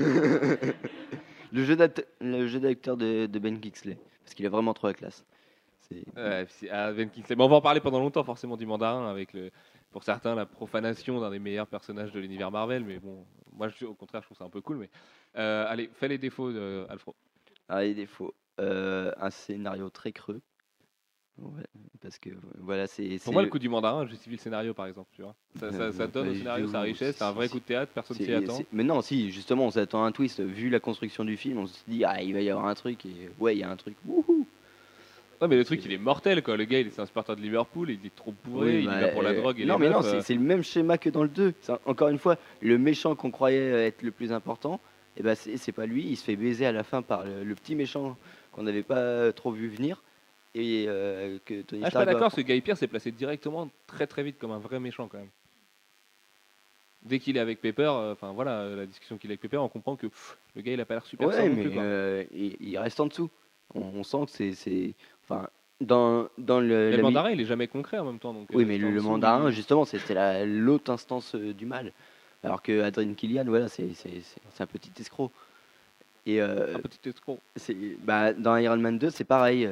le jeu d'acteur de Ben Kingsley, parce qu'il est vraiment trop la classe. Ben Kingsley. Mais on va en parler pendant longtemps forcément du mandarin avec pour certains la profanation d'un des meilleurs personnages de l'univers Marvel. Mais bon, moi au contraire je trouve ça un peu cool. Mais allez, fais les défauts, Alfro. Ah, les défauts. Un scénario très creux. Ouais, parce que voilà, Pour moi, le coup du mandarin justifie le scénario, par exemple. Tu vois, ça donne au pas scénario du sa tout. richesse. C'est un vrai coup de théâtre. Personne s'y attend. Mais non, si, justement, on s'attend à un twist. Vu la construction du film, on se dit, ah, il va y avoir un truc. Et ouais, il y a un truc. Wouhou. Ouais, mais le truc, il est mortel, quoi. Le gars, c'est un supporter de Liverpool, il est trop bourré, Oui, il y va pour la drogue et non, les mais non, meufs, c'est le même schéma que dans le 2. Encore une fois, le méchant qu'on croyait être le plus important, et ben c'est pas lui. Il se fait baiser à la fin par le petit méchant qu'on n'avait pas trop vu venir. Et que Tony Ah, je suis pas Stark doit- d'accord, ce Guy Pearce s'est placé directement très très vite comme un vrai méchant quand même. Dès qu'il est avec Pepper, enfin voilà, la discussion qu'il a avec Pepper, on comprend que le gars il a pas l'air super Ouais, sain non mais plus, quoi. il reste en dessous. On sent que c'est. Enfin, dans le. Mais le la mi- mandarin il est jamais concret en même temps. Donc, Oui, mais c'est en le dessous, mandarin, il- justement, c'était l'autre instance du mal. Alors que Adrien Killian, voilà, c'est un petit escroc. Et un petit escroc. dans Iron Man 2, c'est pareil.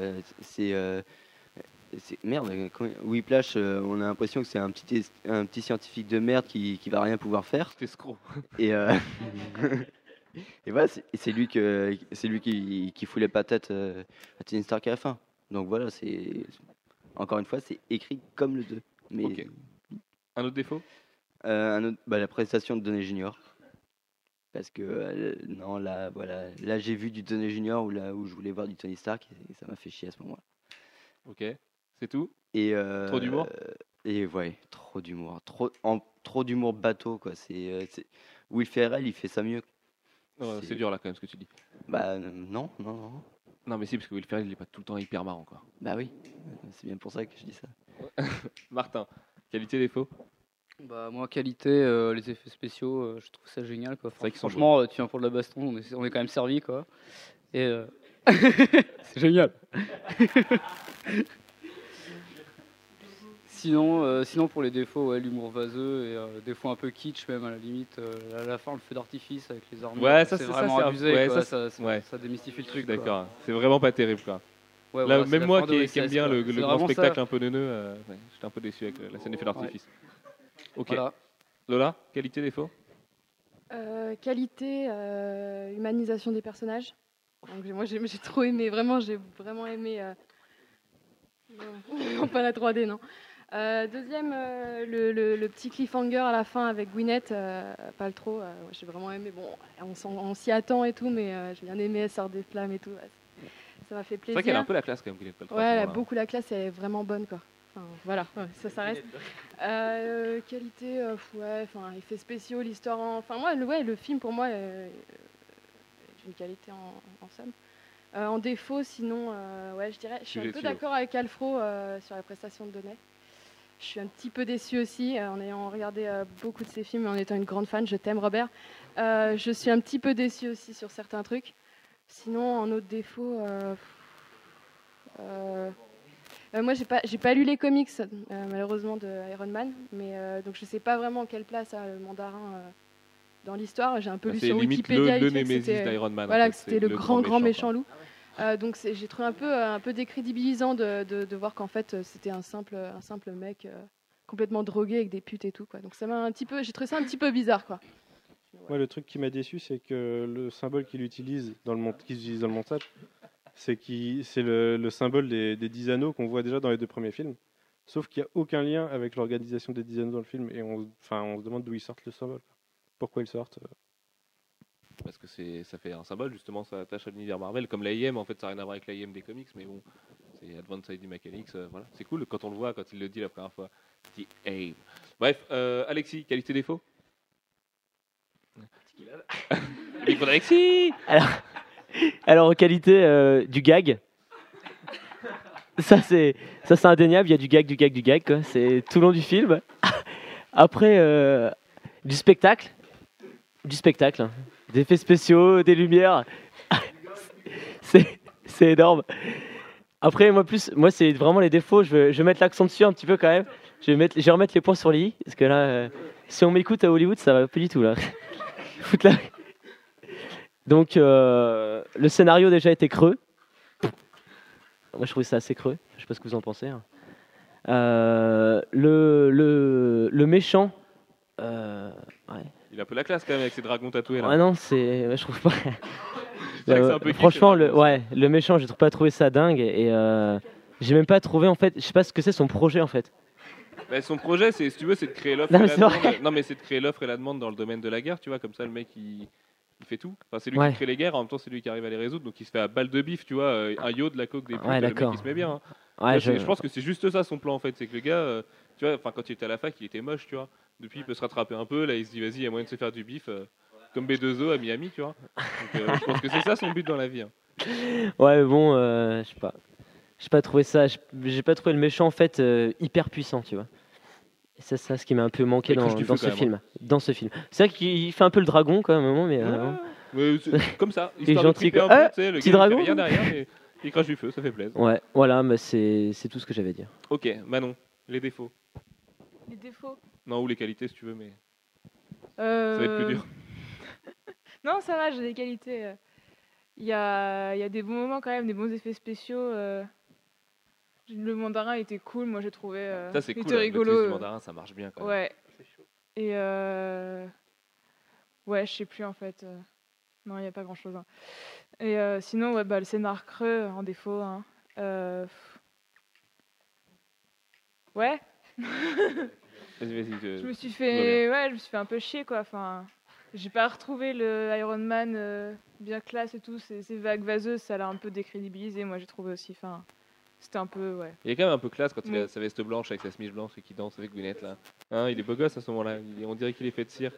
Merde, Whiplash, on a l'impression que c'est un petit scientifique de merde qui va rien pouvoir faire. Petit escroc. Et, et voilà, c'est lui qui fout les patates à Tony Stark à la fin. Donc voilà, encore une fois, c'est écrit comme le 2. Mais Ok. Un autre défaut? la prestation de Downey Junior. Parce que non, là, voilà, là j'ai vu du Downey Junior où je voulais voir du Tony Stark et ça m'a fait chier à ce moment-là. Ok. C'est tout? Et Trop d'humour? Et ouais, trop d'humour, trop d'humour bateau quoi. Will Ferrell, il fait ça mieux. C'est dur là quand même ce que tu dis. Bah non. Non mais si parce que Will Ferrell il est pas tout le temps hyper marrant quoi. Bah oui, c'est bien pour ça que je dis ça. Martin, qualité défaut? Bah moi qualité, les effets spéciaux, je trouve ça génial quoi. vrai qu'ils sont Franchement, tu viens pour de la baston, on est quand même servi quoi. Et c'est génial. Sinon pour les défauts, ouais, l'humour vaseux et des fois un peu kitsch même à la limite. À la fin, le feu d'artifice avec les armes. Ouais, ça, c'est c'est- vraiment ça, c'est abusé. ouais, quoi. ouais. Ça démystifie le truc. D'accord, c'est vraiment pas terrible quoi. Ouais, Là, voilà, c'est même la moi fin qui d'OSS, aime bien quoi. le C'est grand vraiment spectacle ça. un peu neuneux, j'étais un peu déçu avec la scène d'effet d'artifice. Ok. Voilà. Lola, qualité défaut? Qualité, humanisation des personnages. Donc, moi j'ai trop aimé, vraiment j'ai vraiment aimé. Non, pas la 3D, non. Deuxième, le petit cliffhanger à la fin avec Gwyneth Paltrow, j'ai vraiment aimé. Bon, on s'y attend et tout, mais j'ai bien aimé, elle sort des flammes et tout. Ouais, ça m'a fait C'est plaisir. vrai qu'elle a un peu la classe quand même, Gwyneth Paltrow, à Ouais, ce elle a moment-là. beaucoup la classe, elle est vraiment bonne quoi. Enfin, voilà, ouais, ça reste. Qualité, ouais, enfin, effets spéciaux, l'histoire, enfin moi, le film pour moi est d'une qualité en somme. En défaut, sinon, ouais, je dirais, je suis un Sujet peu philo. d'accord avec Alfro sur la prestation de Donet. Je suis un petit peu déçue aussi, en ayant regardé beaucoup de ses films et en étant une grande fan. Je t'aime, Robert. Je suis un petit peu déçue aussi sur certains trucs. Sinon, en autre défaut, moi, j'ai pas lu les comics, malheureusement, de Iron Man, mais donc je sais pas vraiment quelle place a le mandarin dans l'histoire. J'ai un peu lu C'est sur limite Wikipédia. le il fait que Némésis c'était- d'Iron Man. en Voilà, fait, que c'était c'est le grand méchant quoi. loup. Donc j'ai trouvé un peu décrédibilisant de voir qu'en fait c'était un simple mec complètement drogué avec des putes et tout, quoi. Donc ça m'a j'ai trouvé ça un petit peu bizarre, quoi. Moi, le truc qui m'a déçu, c'est que le symbole qu'il utilise qu'ils utilisent dans le montage, c'est le symbole des 10 anneaux qu'on voit déjà dans les 2 premiers films. Sauf qu'il n'y a aucun lien avec l'organisation des 10 anneaux dans le film, et on se demande d'où ils sortent le symbole. Pourquoi ils sortent. Parce que ça fait un symbole, justement, ça attache à l'univers Marvel, comme l'AIM, en fait, ça n'a rien à voir avec l'AIM des comics, mais bon, c'est Advanced ID Mechanics, voilà. C'est cool quand on le voit, quand il le dit la première fois. The AIM. Bref, Alexis, qualité défaut Le micro d'Alexis. Alors en qualité du gag, ça c'est indéniable, il y a du gag quoi. C'est tout le long du film. Après du spectacle, hein. Des effets spéciaux, des lumières, c'est énorme. Après moi c'est vraiment les défauts, je vais mettre l'accent dessus un petit peu quand même. Je vais remettre les points sur les i, parce que là si on m'écoute à Hollywood ça va pas du tout là. Foutre la... Donc le scénario déjà était creux. Moi je trouvais ça assez creux. Je sais pas ce que vous en pensez. Hein. Le méchant. Ouais. Il a un peu la classe quand même avec ses dragons tatoués là. Ouais, non, je trouve pas. C'est vrai que c'est un peu Franchement, cliché, le méchant, j'ai pas trouvé ça dingue et j'ai même pas trouvé en fait. Je sais pas ce que c'est son projet en fait. Bah, son projet, si tu veux, c'est de créer l'offre Non, et mais la c'est demande. vrai. Non, mais c'est de créer l'offre et la demande dans le domaine de la guerre, tu vois, comme ça le mec il fait tout. Enfin, c'est lui Ouais. qui crée les guerres, en même temps c'est lui qui arrive à les résoudre, donc il se fait à balle de bif, tu vois, un yo de la coke des putes, Ouais, le mec d'accord. il se met bien. Hein. Ouais, Tu vois, je pense que c'est juste ça son plan en fait, c'est que le gars, tu vois, enfin quand il était à la fac, il était moche, tu vois. Depuis il peut se rattraper un peu, là il se dit vas-y, il y a moyen de se faire du bif, comme B2O à Miami, tu vois. Donc je pense que c'est ça son but dans la vie. Hein. Ouais, mais bon, je sais pas. J'ai pas trouvé ça. J'ai pas trouvé le méchant en fait hyper puissant, tu vois. Et c'est ça ce qui m'a un peu manqué Il crache du dans feu, ce quand même, film. Dans ce film. C'est vrai qu'il fait un peu le dragon quand même à un moment, mais. Mais c'est comme ça, Il est histoire de gentil, triper quoi. un peu, Ah, tu sais, le petit gars il fait dragon. rien derrière, mais il crache du feu, ça fait plaisir. Ouais, voilà, mais c'est tout ce que j'avais à dire. Ok, Manon, les défauts. Les défauts. Non, ou les qualités si tu veux, mais ça Ça va être plus dur. Non, ça va, j'ai des qualités. Il y a des bons moments quand même, des bons effets spéciaux. Le mandarin était cool, moi j'ai trouvé. Ça c'est il cool, était hein, rigolo. le twist du mandarin, ça marche bien quand même. Ouais. Et ouais, je sais plus en fait. Non, il n'y a pas grand chose. Hein. Et sinon, ouais, le scénar creux en défaut. Hein. Ouais. Vas-y, Je me suis tout va fait un peu chier quoi. Enfin, j'ai pas retrouvé le Iron Man bien classe et tout. Ces vagues vaseuses, ça l'a un peu décrédibilisé. Moi, j'ai trouvé aussi. Enfin, c'était un peu ouais. Il est quand même un peu classe quand il a Mm. sa veste blanche avec sa chemise blanche et qu'il danse avec Gwyneth là. Hein, il est beau gosse à ce moment-là. On dirait qu'il est fait de cire.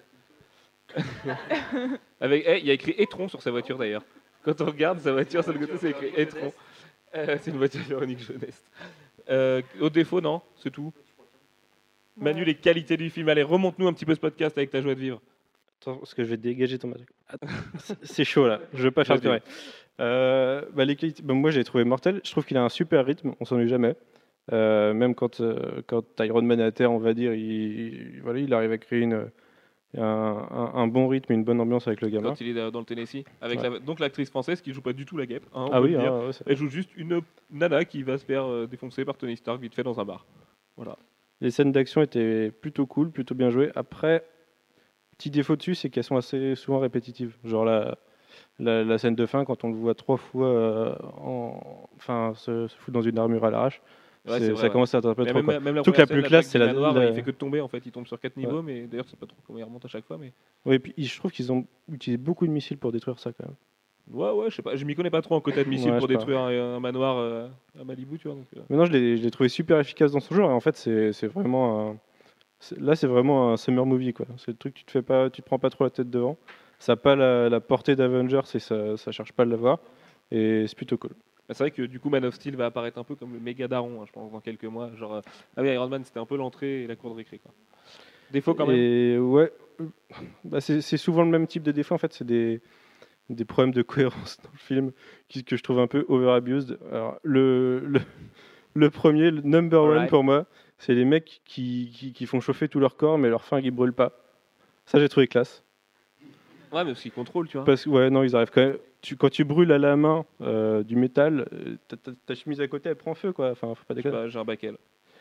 Avec, il y a écrit Etron sur sa voiture d'ailleurs. Quand on regarde sa voiture sur le côté, c'est écrit Etron. C'est une voiture Véronique Jeunesse. Au défaut, non, c'est tout. Manu, les qualités du film. Allez, remonte-nous un petit peu ce podcast avec ta joie de vivre. Attends, parce que je vais dégager ton masque. C'est chaud là, je veux pas faire Vas-y. pleurer. Les qualités, moi j'ai trouvé mortel. Je trouve qu'il a un super rythme, on s'ennuie jamais. Même quand Iron Man est à terre, on va dire, il arrive à créer un bon rythme, une bonne ambiance avec le gamin. Quand il est dans le Tennessee. Avec Ouais. donc l'actrice française qui joue pas du tout la guêpe. Hein, on Ah peut oui, le dire. ouais, Elle joue juste une nana qui va se faire défoncer par Tony Stark vite fait dans un bar. Voilà. les scènes d'action étaient plutôt cool, plutôt bien jouées. Après, petit défaut dessus, c'est qu'elles sont assez souvent répétitives. Genre la scène de fin, quand on le voit 3 fois se fout dans une armure à l'arrache, Ouais, c'est vrai, ça ouais. commence à être un peu Mais trop. même, Quoi. même la Surtout que la première plus scène, classe, c'est l'attaque du la. manoir, il fait que de tomber en fait, il tombe sur 4 niveaux, Ouais. mais d'ailleurs c'est pas trop comment il remonte à chaque fois. Mais Oui, et puis je trouve qu'ils ont utilisé beaucoup de missiles pour détruire ça quand même. ouais, je sais pas, je m'y connais pas trop en quota de missiles Ouais, pour je sais pas. détruire un manoir à Malibu, tu vois. Donc, Maintenant, je l'ai trouvé super efficace dans son genre. Et en fait, c'est vraiment là, c'est vraiment un summer movie, quoi. C'est le truc, tu te prends pas trop la tête devant. Ça n'a pas la portée d'Avengers et ça cherche pas à l'avoir. Et c'est plutôt cool. Bah, c'est vrai que du coup, Man of Steel va apparaître un peu comme le méga daron, hein, je pense, dans quelques mois. Genre, ah oui, Iron Man, c'était un peu l'entrée et la cour de récré, quoi. Défaut quand même. Et ouais, bah, c'est souvent le même type de défaut en fait, c'est des problèmes de cohérence dans le film que je trouve un peu overabused. Alors, le premier, le number one Alright. pour moi, c'est les mecs qui font chauffer tout leur corps mais leur fringues ils brûlent pas. Ça j'ai trouvé classe. Ouais, mais aussi contrôle, tu vois. Parce que ouais, non, ils arrivent quand même. Quand tu brûles à la main du métal, ta chemise à côté elle prend feu quoi. Enfin, faut pas Je sais déconner. pas, j'ai un baquel.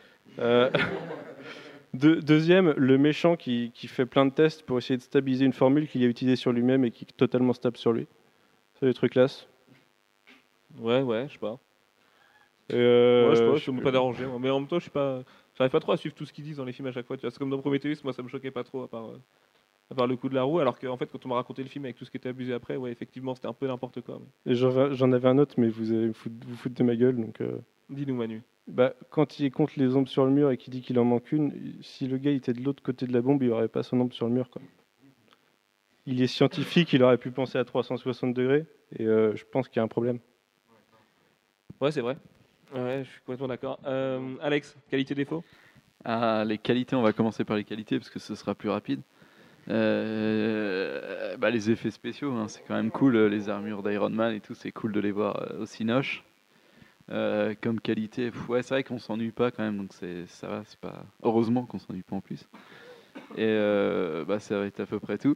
Deuxième, le méchant qui fait plein de tests pour essayer de stabiliser une formule qu'il a utilisée sur lui-même et qui est totalement stable sur lui. C'est des trucs classe. Ouais, je sais pas. Et, Ouais, je sais pas, je- ça m'a pas dérangé. Moi. Mais en même temps, j'arrive pas trop à suivre tout ce qu'ils disent dans les films à chaque fois. Tu vois, c'est comme dans Prometheus, moi ça me choquait pas trop à part le coup de la roue. Alors qu'en fait, quand on m'a raconté le film avec tout ce qui était abusé après, ouais, effectivement, c'était un peu n'importe quoi. et j'en avais un autre, mais vous allez vous foutre de ma gueule. Donc, Dis-nous, Manu. bah, quand il compte les ombres sur le mur et qu'il dit qu'il en manque une, si le gars était de l'autre côté de la bombe, il n'y aurait pas son ombre sur le mur. Quoi. Il est scientifique, il aurait pu penser à 360 degrés, et je pense qu'il y a un problème. Ouais, c'est vrai. Ouais, je suis complètement d'accord. Alex, qualité défaut? Ah, les qualités, on va commencer par les qualités parce que ce sera plus rapide. Bah, les effets spéciaux, hein, c'est quand même cool. Les armures d'Iron Man et tout, c'est cool de les voir au cinoche. Comme qualité, ouais, c'est vrai qu'on s'ennuie pas quand même, donc ça va, c'est pas. Heureusement qu'on s'ennuie pas en plus. Et bah, ça va être à peu près tout.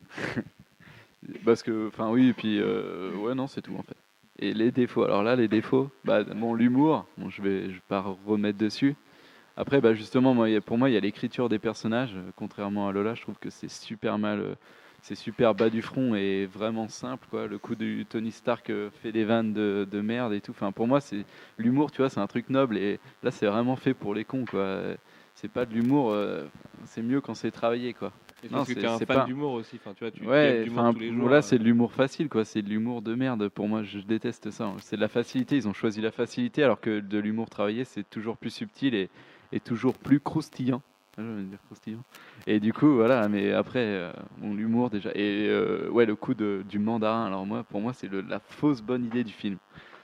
Parce que, enfin, oui, et puis, ouais, non, c'est tout en fait. Et les défauts, alors là, les défauts, bah, bon, l'humour, bon, je vais pas remettre dessus. Après, bah, justement, pour moi, il y a l'écriture des personnages. Contrairement à Lola, je trouve que c'est super mal, c'est super bas du front et vraiment simple, quoi. Le coup du Tony Stark fait des vannes de merde et tout. Enfin, pour moi, c'est l'humour, tu vois, c'est un truc noble et là, c'est vraiment fait pour les cons, quoi. C'est pas de l'humour, c'est mieux quand c'est travaillé, quoi. Et parce que t'es un fan d'humour aussi. Enfin, tu vois, tu aimes Ouais, l'humour tous les jours. là c'est de l'humour facile, quoi. C'est de l'humour de merde. Pour moi, je déteste ça. C'est de la facilité. Ils ont choisi la facilité, alors que de l'humour travaillé, c'est toujours plus subtil et toujours plus croustillant. Je veux dire croustillant. Et du coup, voilà. Mais après, bon, l'humour déjà. Et ouais, le coup du mandarin. Alors pour moi, c'est la fausse bonne idée du film.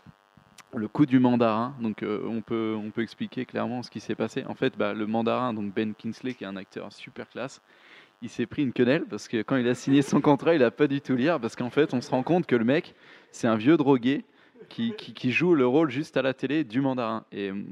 Le coup du mandarin, donc on peut expliquer clairement ce qui s'est passé. En fait, bah, le mandarin, donc Ben Kingsley, qui est un acteur super classe, il s'est pris une quenelle parce que quand il a signé son contrat, il a pas du tout lire parce qu'en fait, on se rend compte que le mec, c'est un vieux drogué qui joue le rôle juste à la télé du mandarin.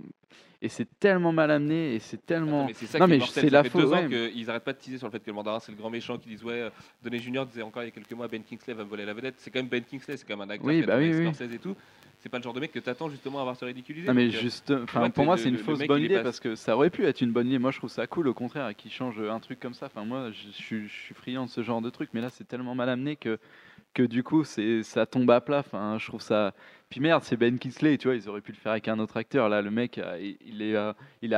Et c'est tellement mal amené et c'est tellement. Attends, mais c'est ça qui est mortel. c'est Ça la fait faute. 2 ans Ouais. qu'ils arrêtent pas de teaser sur le fait que le mandarin c'est le grand méchant, qui disent ouais, Downey Junior disait encore il y a quelques mois Ben Kingsley va me voler la vedette. C'est quand même Ben Kingsley, c'est quand même un acteur Oui, qui a bah tourné oui, avec oui. Scorsese et tout. C'est pas le genre de mec que t'attends justement à voir se ridiculiser. Non mais donc, juste, ouais, pour moi le- c'est une le fausse mec, bonne il est idée pas- parce que ça aurait pu être une bonne idée. Moi je trouve ça cool au contraire qu'ils changent un truc comme ça. Enfin moi je suis friand de ce genre de truc, mais là c'est tellement mal amené que du coup ça tombe à plat. Enfin je trouve ça. Puis merde, c'est Ben Kingsley, tu vois, ils auraient pu le faire avec un autre acteur. Là le mec il a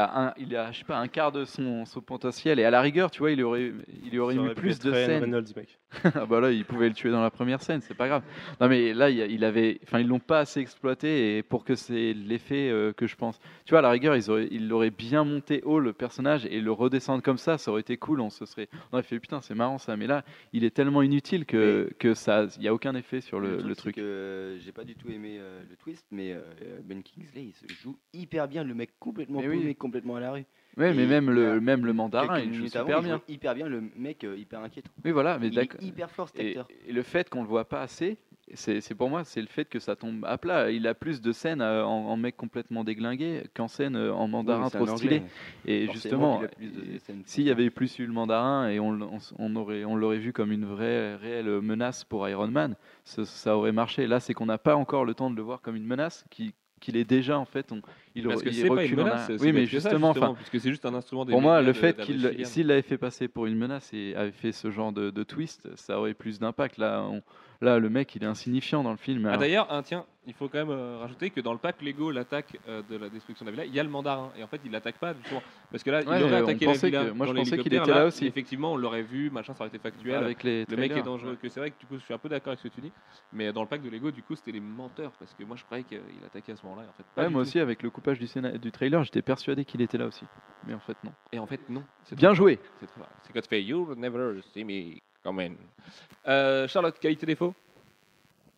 je sais pas un quart de son potentiel et à la rigueur tu vois il aurait Ça mis aurait pu plus être de Ryan scènes. Reynolds, mec. Ah bah là, ils pouvaient le tuer dans la première scène, c'est pas grave. Non mais là, ils l'ont pas assez exploité et pour que c'est l'effet que je pense. Tu vois, à la rigueur, ils l'auraient bien monté haut le personnage et le redescendre comme ça aurait été cool. On aurait fait putain, c'est marrant ça. Mais là, il est tellement inutile que ça, il y a aucun effet sur le c'est truc. que j'ai pas du tout aimé le twist, mais Ben Kingsley, il se joue hyper bien. Le mec complètement Mais oui. paumé, complètement à la rue. Ouais, mais Et même il a- le mandarin, quelques il joue minutes avant, super il bien. jouait hyper bien. Le mec hyper inquiétant. Oui, voilà, mais Il d'accord. est hyper fort cet Et, acteur. et le fait qu'on le voit pas assez, c'est pour moi, c'est le fait que ça tombe à plat. Il a plus de scènes en mec complètement déglingué qu'en scène en mandarin Oui, c'est trop un stylé. Anglais. Et Forcément justement, qu'il a plus de scènes. s'il y avait plus eu le mandarin et on l'aurait vu comme une vraie réelle menace pour Iron Man, ça aurait marché. Là, c'est qu'on n'a pas encore le temps de le voir comme une menace, qu'il est déjà en fait. Parce que il c'est pas une recule en menace. arrière. c'est Oui, mais bête que ça, justement, enfin, puisque c'est juste un instrument des pour moi, médias le de- fait d'Adolf Hitler. s'il l'avait fait passer pour une menace et avait fait ce genre de twist, ça aurait plus d'impact. Là, le mec, il est insignifiant dans le film. Ah alors- d'ailleurs, tiens, il faut quand même rajouter que dans le pack Lego, l'attaque de la destruction de la villa, il y a le mandarin. Et en fait, il l'attaque pas justement. Parce que là, Ouais, il aurait on attaqué la pensait villa. moi, dans je pensais qu'il l'hélicoptère, était là aussi. Effectivement, on l'aurait vu, machin, ça aurait été factuel. Avec les Le mec est trailers. dangereux. Que c'est vrai que du coup, je suis un peu d'accord avec ce que tu dis. Mais dans le pack de Lego, du coup, c'était les menteurs. Parce que moi, je croyais qu'il attaquait à ce moment-là. Et en fait, pas Ouais, du moi tout. aussi, avec le coupage du trailer, j'étais persuadé qu'il était là aussi. Mais en fait, non. Et en fait, non. C'est Bien trop- joué. C'est trop rare. C'est quand tu fais You never see me coming. Charlotte, qualité défaut?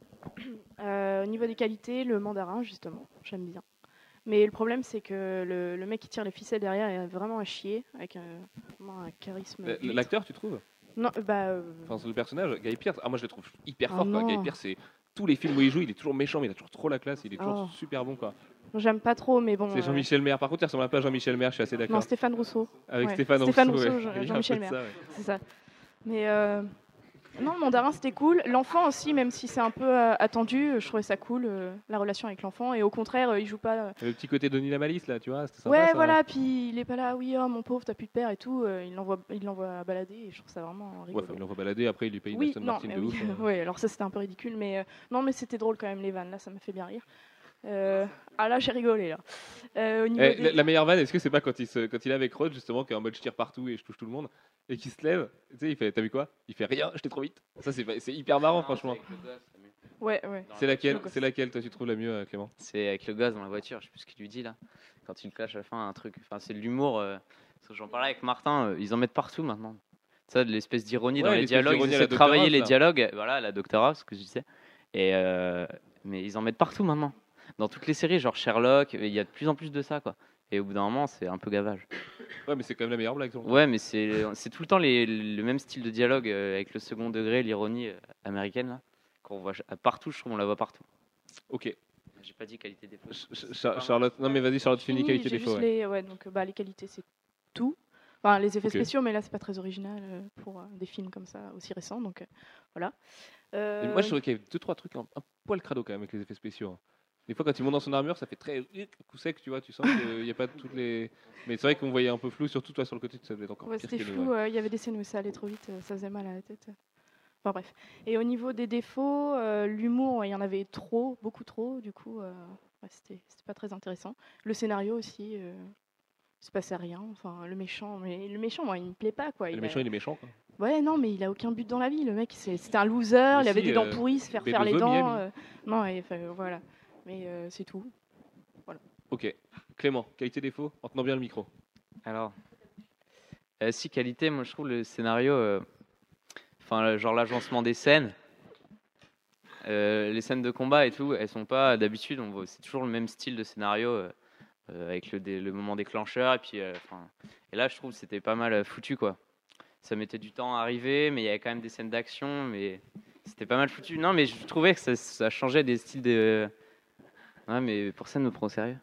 Au niveau des qualités, le mandarin, justement, j'aime bien. Mais le problème, c'est que le mec qui tire les ficelles derrière est vraiment à chier, avec vraiment un charisme. d'huître. L'acteur, tu trouves? Non, Enfin, c'est le personnage, Guy Pearce. Ah, moi je le trouve hyper Ah fort quoi. Guy non. Pearce, c'est tous les films où il joue, il est toujours méchant, mais il a toujours trop la classe, il est toujours Oh. super bon quoi. j'aime pas trop, mais bon. C'est Jean-Michel Maire. Par contre, il ressemble un peu à Jean-Michel Maire, je suis assez d'accord. Non, Stéphane Rousseau. Avec Ouais. Stéphane Rousseau, ouais. Jean- Il y a un peu Jean-Michel de Maire. ça, ouais. C'est ça. Mais non, le mandarin, c'était cool. L'enfant aussi, même si c'est un peu attendu, je trouvais ça cool, la relation avec l'enfant. Et au contraire, il joue pas. Le petit côté Denis Lamalis là, tu vois, c'était sympa. Ouais, ça. voilà, puis il est pas là, oui, oh mon pauvre, t'as plus de père et tout. Il l'envoie balader et je trouve ça vraiment Ouais, rigolo. enfin, il l'envoie balader, après il lui paye une Oui, Aston non, Martin mais de oui. ouf. Ouais, alors ça c'était un peu ridicule, mais non, mais c'était drôle quand même les vannes, là ça m'a fait bien rire. Ah là j'ai rigolé là. Au niveau Eh, des- la meilleure vanne, est-ce que c'est pas quand il est avec Rod justement, qui est en mode je tire partout et je touche tout le monde, et qui se lève, tu sais, il fait t'as vu quoi? Il fait rien, j'étais trop vite. Ça c'est hyper marrant franchement. Ouais. C'est laquelle toi tu trouves la mieux Clément? C'est avec le gosse dans la voiture, je sais plus ce qu'il lui dit là. Quand il le clash à la fin, un truc. Enfin, c'est de l'humour. Parce que j'en parlais avec Martin, ils en mettent partout maintenant. Ça, de l'espèce d'ironie Ouais, dans les l'espèce dialogues. Ils d'ironie à essaient la de travailler Dr. House, les là. dialogues. Voilà, la Dr. House, ce que je disais. Et, mais ils en mettent partout maintenant. Dans toutes les séries, genre Sherlock, il y a de plus en plus de ça, quoi. Et au bout d'un moment, c'est un peu gavage. Ouais, mais c'est quand même la meilleure blague. selon toi. Ouais, mais c'est tout le temps le même style de dialogue avec le second degré, l'ironie américaine, là. Qu'on voit partout, je trouve, on la voit partout. Ok. J'ai pas dit qualité défaut. Charlotte, non mais vas-y Charlotte, finis Fini, qualité j'ai défaut. juste Ouais. donc les qualités c'est tout. Enfin les effets Ok. spéciaux, mais là c'est pas très original pour des films comme ça aussi récents, donc voilà. Et moi je trouvais qu'il y avait 2-3 trucs un poil crado quand même avec les effets spéciaux. hein. Des fois quand il monte dans son armure, ça fait très coup sec, tu vois, tu sens qu'il n'y a pas toutes les. Mais c'est vrai qu'on voyait un peu flou, surtout toi sur le côté, ça devait être encore Ouais, pire c'était que nous, flou, ouais. il y avait des scènes où ça allait trop vite, ça faisait mal à la tête. Enfin bref. Et au niveau des défauts, l'humour, ouais, il y en avait trop, beaucoup trop, du coup, c'était pas très intéressant. Le scénario aussi, il se passait rien. Enfin, le méchant, moi, il me plaît pas, quoi. Et le méchant, il est méchant quoi. Ouais, non, mais il a aucun but dans la vie. Le mec, c'était un loser, il Mais avait si, des dents pourries, se faire faire les B2O, dents. Miami. Non, et, voilà. Mais c'est tout. Ok. Clément, qualité défaut, en tenant bien le micro. Alors, si qualité, moi je trouve le scénario, enfin genre l'agencement des scènes, les scènes de combat et tout, elles sont pas d'habitude, c'est toujours le même style de scénario avec le moment déclencheur et puis, et là je trouve que c'était pas mal foutu quoi. Ça mettait du temps à arriver, mais il y avait quand même des scènes d'action, mais c'était pas mal foutu. Non, mais je trouvais que ça changeait des styles de. Ouais, mais personne ne me prend au sérieux.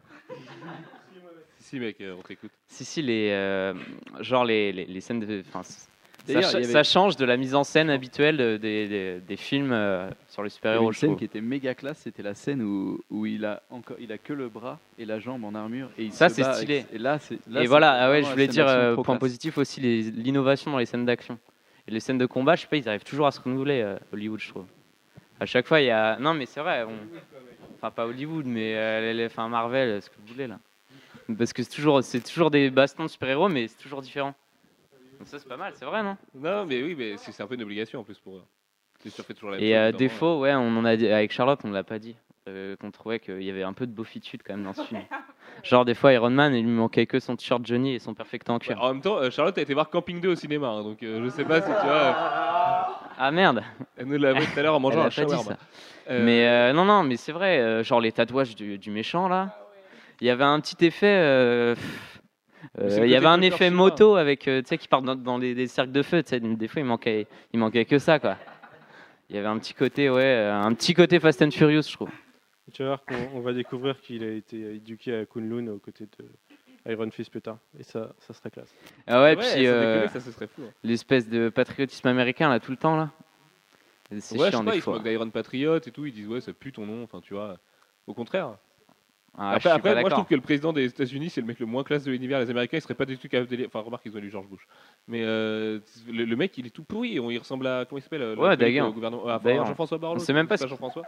Si mec, on t'écoute. Si, genre les scènes de. Enfin, D'ailleurs, il y avait- ça change de la mise en scène habituelle des films sur les Il y avait super-héros, une je scène trouve. qui était méga classe, c'était la scène où il a que le bras et la jambe en armure et il Ça, se c'est bat stylé. et là c'est Et voilà, ah ouais, vraiment je la voulais scène dire, d'action trop point classe. positif aussi, l'innovation dans les scènes d'action. Et les scènes de combat, je sais pas, ils arrivent toujours à se renouveler, Hollywood, je trouve. À chaque fois, il y a. Non, mais c'est vrai, enfin, pas Hollywood, mais enfin, Marvel, ce que vous voulez, là. Parce que c'est toujours des bastons de super-héros, mais c'est toujours différent. Donc ça, c'est pas mal, c'est vrai, non? Non, mais oui, mais c'est un peu une obligation en plus pour eux. C'est sûr, fait toujours la même Et chose, notamment, défaut, ouais, on en a dit, avec Charlotte, on ne l'a pas dit. Qu'on trouvait qu'il y avait un peu de beaufitude quand même dans ce film. Genre, des fois, Iron Man, il lui manquait que son t-shirt Johnny et son perfecto en Ouais, cuir. en même temps, Charlotte a été voir Camping 2 au cinéma, hein, donc je sais pas si tu vois. Ah merde! Elle nous l'a avoué tout à l'heure en mangeant Elle un a pas dit shawarma. ça. Mais non, mais c'est vrai, genre les tatouages du méchant là, il y avait un petit effet. Mais c'est le Il y avait côté un Joker effet chinois. moto avec, tu sais, qui part dans des cercles de feu, tu sais, des fois il manquait que ça quoi. Il y avait un petit côté, un petit côté Fast and Furious, je trouve. Tu vas voir qu'on va découvrir qu'il a été éduqué à Kunlun aux côtés de Iron Fist plus tard. Et ça serait classe. Ah ouais, Ouais, puis sans déconner, ça, ce serait fou, hein. l'espèce de patriotisme américain là tout le temps là. C'est Ouais, je chiant sais pas, des ils se fois. moquent d'Iron Patriot et tout, ils disent ouais, ça pue ton nom, enfin tu vois. Au contraire. Ah, Après, je suis pas moi je d'accord. trouve que le président des États-Unis, c'est le mec le moins classe de l'univers. Les Américains, ils seraient pas du tout capables de. Enfin, remarque, ils ont élu George Bush. Mais le mec, il est tout pourri. Il ressemble à. Comment il s'appelle le Ouais, mec d'ailleurs. au gouvernement. Ah, D'ailleurs. Jean-François Barlow. On sait même pas c'est si- Jean-François.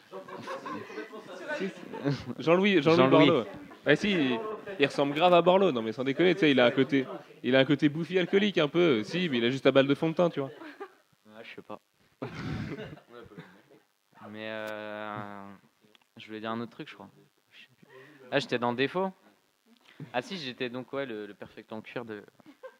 Jean-Louis Jean-Louis. Borloo. Ah si, il ressemble grave à Borloo. Non mais sans déconner, tu sais, il a un côté bouffi alcoolique un peu. Si, mais il a juste la balle de fond de teint, tu vois. Ouais, je sais pas. Mais je voulais dire un autre truc, je crois. Je sais plus. Ah, j'étais dans le défaut. Ah si, j'étais donc le perfect en cuir de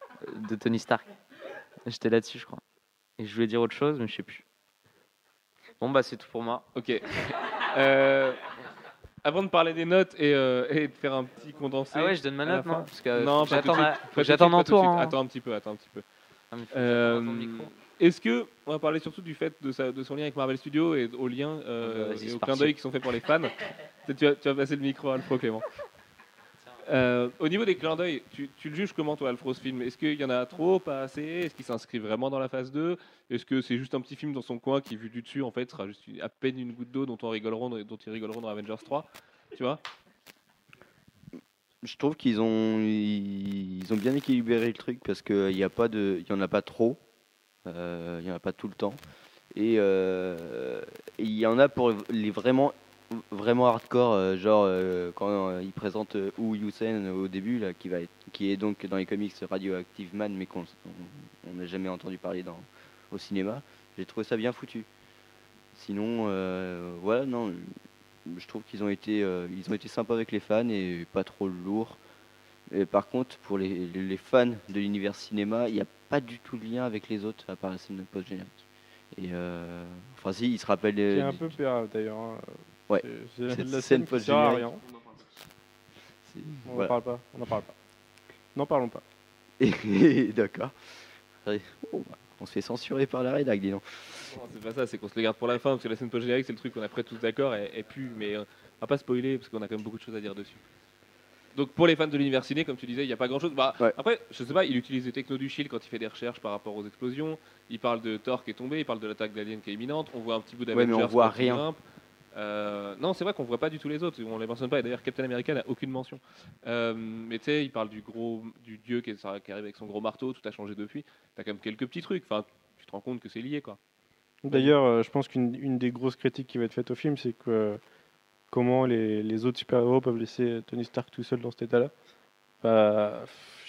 Tony Stark. J'étais là-dessus, je crois. Et je voulais dire autre chose, mais je sais plus. Bon, bah, c'est tout pour moi. Ok. Avant de parler des notes et de faire un petit condensé. Ah ouais, je donne ma à la note, fin. non Parce que Non, faut pas que tout de suite. j'attende- faut Pas que j'attende tout en de suite, tour, pas tout de suite. hein. Attends un petit peu. Ah, mais faut que j'attende dans ton micro. Est-ce que on va parler surtout du fait de son lien avec Marvel Studios et aux liens Vas-y, et c'est aux parti. clins d'œil qui sont faits pour les fans. Tu vas passer le micro à Alfro Clément. Au niveau des clins d'œil, tu le juges comment toi Alfro ce film? Est-ce qu'il y en a trop, pas assez? Est-ce qu'il s'inscrit vraiment dans la phase 2? Est-ce que c'est juste un petit film dans son coin qui vu du dessus en fait sera juste à peine une goutte d'eau dont ils rigoleront dans Avengers 3? Tu vois? Je trouve qu'ils ont bien équilibré le truc parce qu'il y en a pas trop, il y en a pas tout le temps, et il y en a pour les vraiment hardcore, genre quand ils présentent Wu Yusen au début là, qui est donc dans les comics Radioactive Man, mais qu'on n'a jamais entendu parler au cinéma. J'ai trouvé ça bien foutu. Sinon, voilà, non. Je trouve qu'ils ont été sympas avec les fans et pas trop lourds. Et par contre, pour les fans de l'univers cinéma, il n'y a pas du tout de lien avec les autres à part la scène post-générique. Et enfin, si, ils se rappellent. C'est un peu pérave d'ailleurs. Hein. Ouais. C'est Cette la scène scène qui sert à post-générique. rien. On Voilà. n'en parle pas. On n'en parle pas. N'en parlons pas. D'accord. Oh, bah, on se fait censurer par la rédac, dis donc. Non, c'est pas ça, c'est qu'on se le garde pour la fin parce que la scène post-générique c'est le truc qu'on est après tous d'accord et plus, mais on va pas spoiler parce qu'on a quand même beaucoup de choses à dire dessus. Donc pour les fans de l'univers ciné, comme tu disais, il n'y a pas grand chose. Bah, Ouais. Après, je sais pas, il utilise les technos du Shield quand il fait des recherches par rapport aux explosions. Il parle de Thor qui est tombé, il parle de l'attaque d'Alien qui est imminente. On voit un petit bout Ouais, d'Avengers. mais on voit quand il rien. grimpe. Non, c'est vrai qu'on voit pas du tout les autres. On les mentionne pas. Et d'ailleurs, Captain America n'a aucune mention. Mais tu sais, il parle du dieu qui arrive avec son gros marteau. Tout a changé depuis. T'as quand même quelques petits trucs. Enfin, tu te rends compte que c'est lié, quoi. D'ailleurs, je pense qu'une des grosses critiques qui va être faite au film, c'est que comment les autres super-héros peuvent laisser Tony Stark tout seul dans cet état-là. Bah,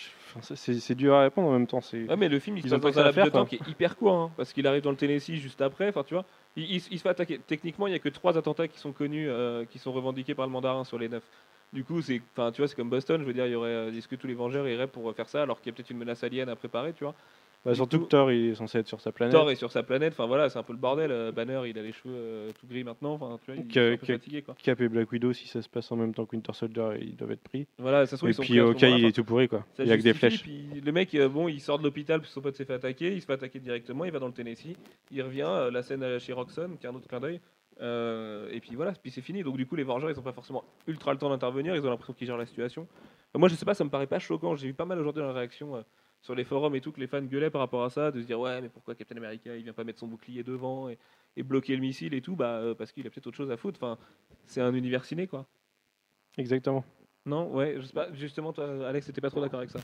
c'est dur à répondre en même temps. Ouais, mais le film il se Ils ont passe pas dans que ça un à laps de faire, temps quoi. qui est hyper court, hein, parce qu'il arrive dans le Tennessee juste après. Enfin, tu vois, il se fait attaquer. Techniquement, il n'y a que 3 attentats qui sont connus, qui sont revendiqués par le mandarin sur les 9. Du coup, tu vois, c'est comme Boston. Je veux dire, il y aurait, est-ce que tous les Vengeurs iraient pour faire ça, alors qu'il y a peut-être une menace alien à préparer, tu vois? Bah, Du surtout coup, que Thor il est censé être sur sa planète. Thor est sur sa planète. Enfin voilà, c'est un peu le bordel. Banner, il a les cheveux tout gris maintenant. Enfin, tu vois, il est un peu fatigué, quoi. Cap et Black Widow, si ça se passe en même temps que Winter Soldier, ils doivent être pris. Voilà, ça se trouve, Et ils sont puis pris à ce Hawkeye, moment-là, il est enfin, tout pourri, quoi. ça Il y a que des justifie, flèches. puis le mec, bon, il sort de l'hôpital parce que son pote s'est fait attaquer, il se fait attaquer directement, il va dans le Tennessee, il revient, la scène chez Roxxon, qui est un autre clin d'œil, et puis voilà, puis c'est fini. Donc du coup, les Vengeurs, ils n'ont pas forcément ultra le temps d'intervenir, ils ont l'impression qu'ils gèrent la situation. Moi, je sais pas, ça me paraît pas choquant. J'ai vu pas mal aujourd'hui dans la réaction sur les forums et tout que les fans gueulaient par rapport à ça, de se dire ouais, mais pourquoi Captain America il vient pas mettre son bouclier devant et bloquer le missile et tout, parce qu'il a peut-être autre chose à foutre. Enfin, c'est un univers ciné, quoi. Exactement. Non, ouais, je sais pas. Justement, toi, Alex, t'étais pas trop d'accord avec ça.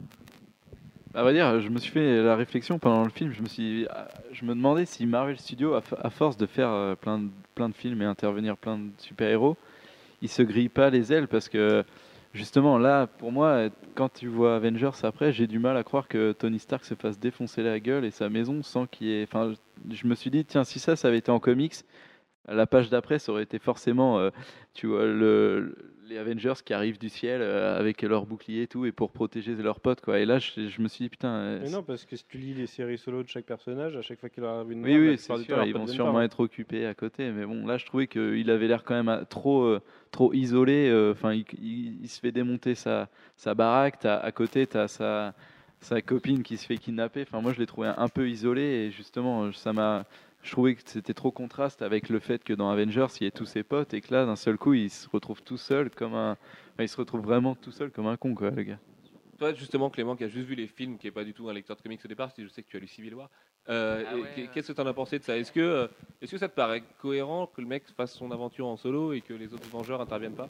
À vrai dire, je me suis fait la réflexion pendant le film. Je me demandais si Marvel Studios, à force de faire plein de films et intervenir plein de super-héros, ils se grillent pas les ailes parce que justement là, pour moi, quand tu vois Avengers après, j'ai du mal à croire que Tony Stark se fasse défoncer la gueule et sa maison sans qu'il y ait. Enfin, je me suis dit tiens, si ça avait été en comics, la page d'après, ça aurait été forcément, tu vois, les Avengers qui arrivent du ciel avec leur bouclier et tout, et pour protéger leurs potes, quoi. Et là, je me suis dit, putain. Mais non, parce que si tu lis les séries solo de chaque personnage, à chaque fois qu'il leur arrive une Oui, merde, la oui, plupart c'est du temps, sûr, leurs ils potes vont viennent sûrement pas, hein. être occupés à côté. Mais bon, là, je trouvais qu'il avait l'air quand même trop isolé. Enfin, il se fait démonter sa baraque. À côté, tu as sa copine qui se fait kidnapper. Enfin, moi, je l'ai trouvé un peu isolé. Et justement, je trouvais que c'était trop contraste avec le fait que dans Avengers, il y ait tous ses potes. Et que là, d'un seul coup, il se retrouve tout seul il se retrouve vraiment tout seul comme un con, quoi, le gars. Toi, justement, Clément, qui a juste vu les films, qui n'est pas du tout un lecteur de comics au départ, je sais que tu as lu Civil War. Qu'est-ce que tu en as pensé de ça? Est-ce que ça te paraît cohérent que le mec fasse son aventure en solo et que les autres Vengeurs interviennent pas?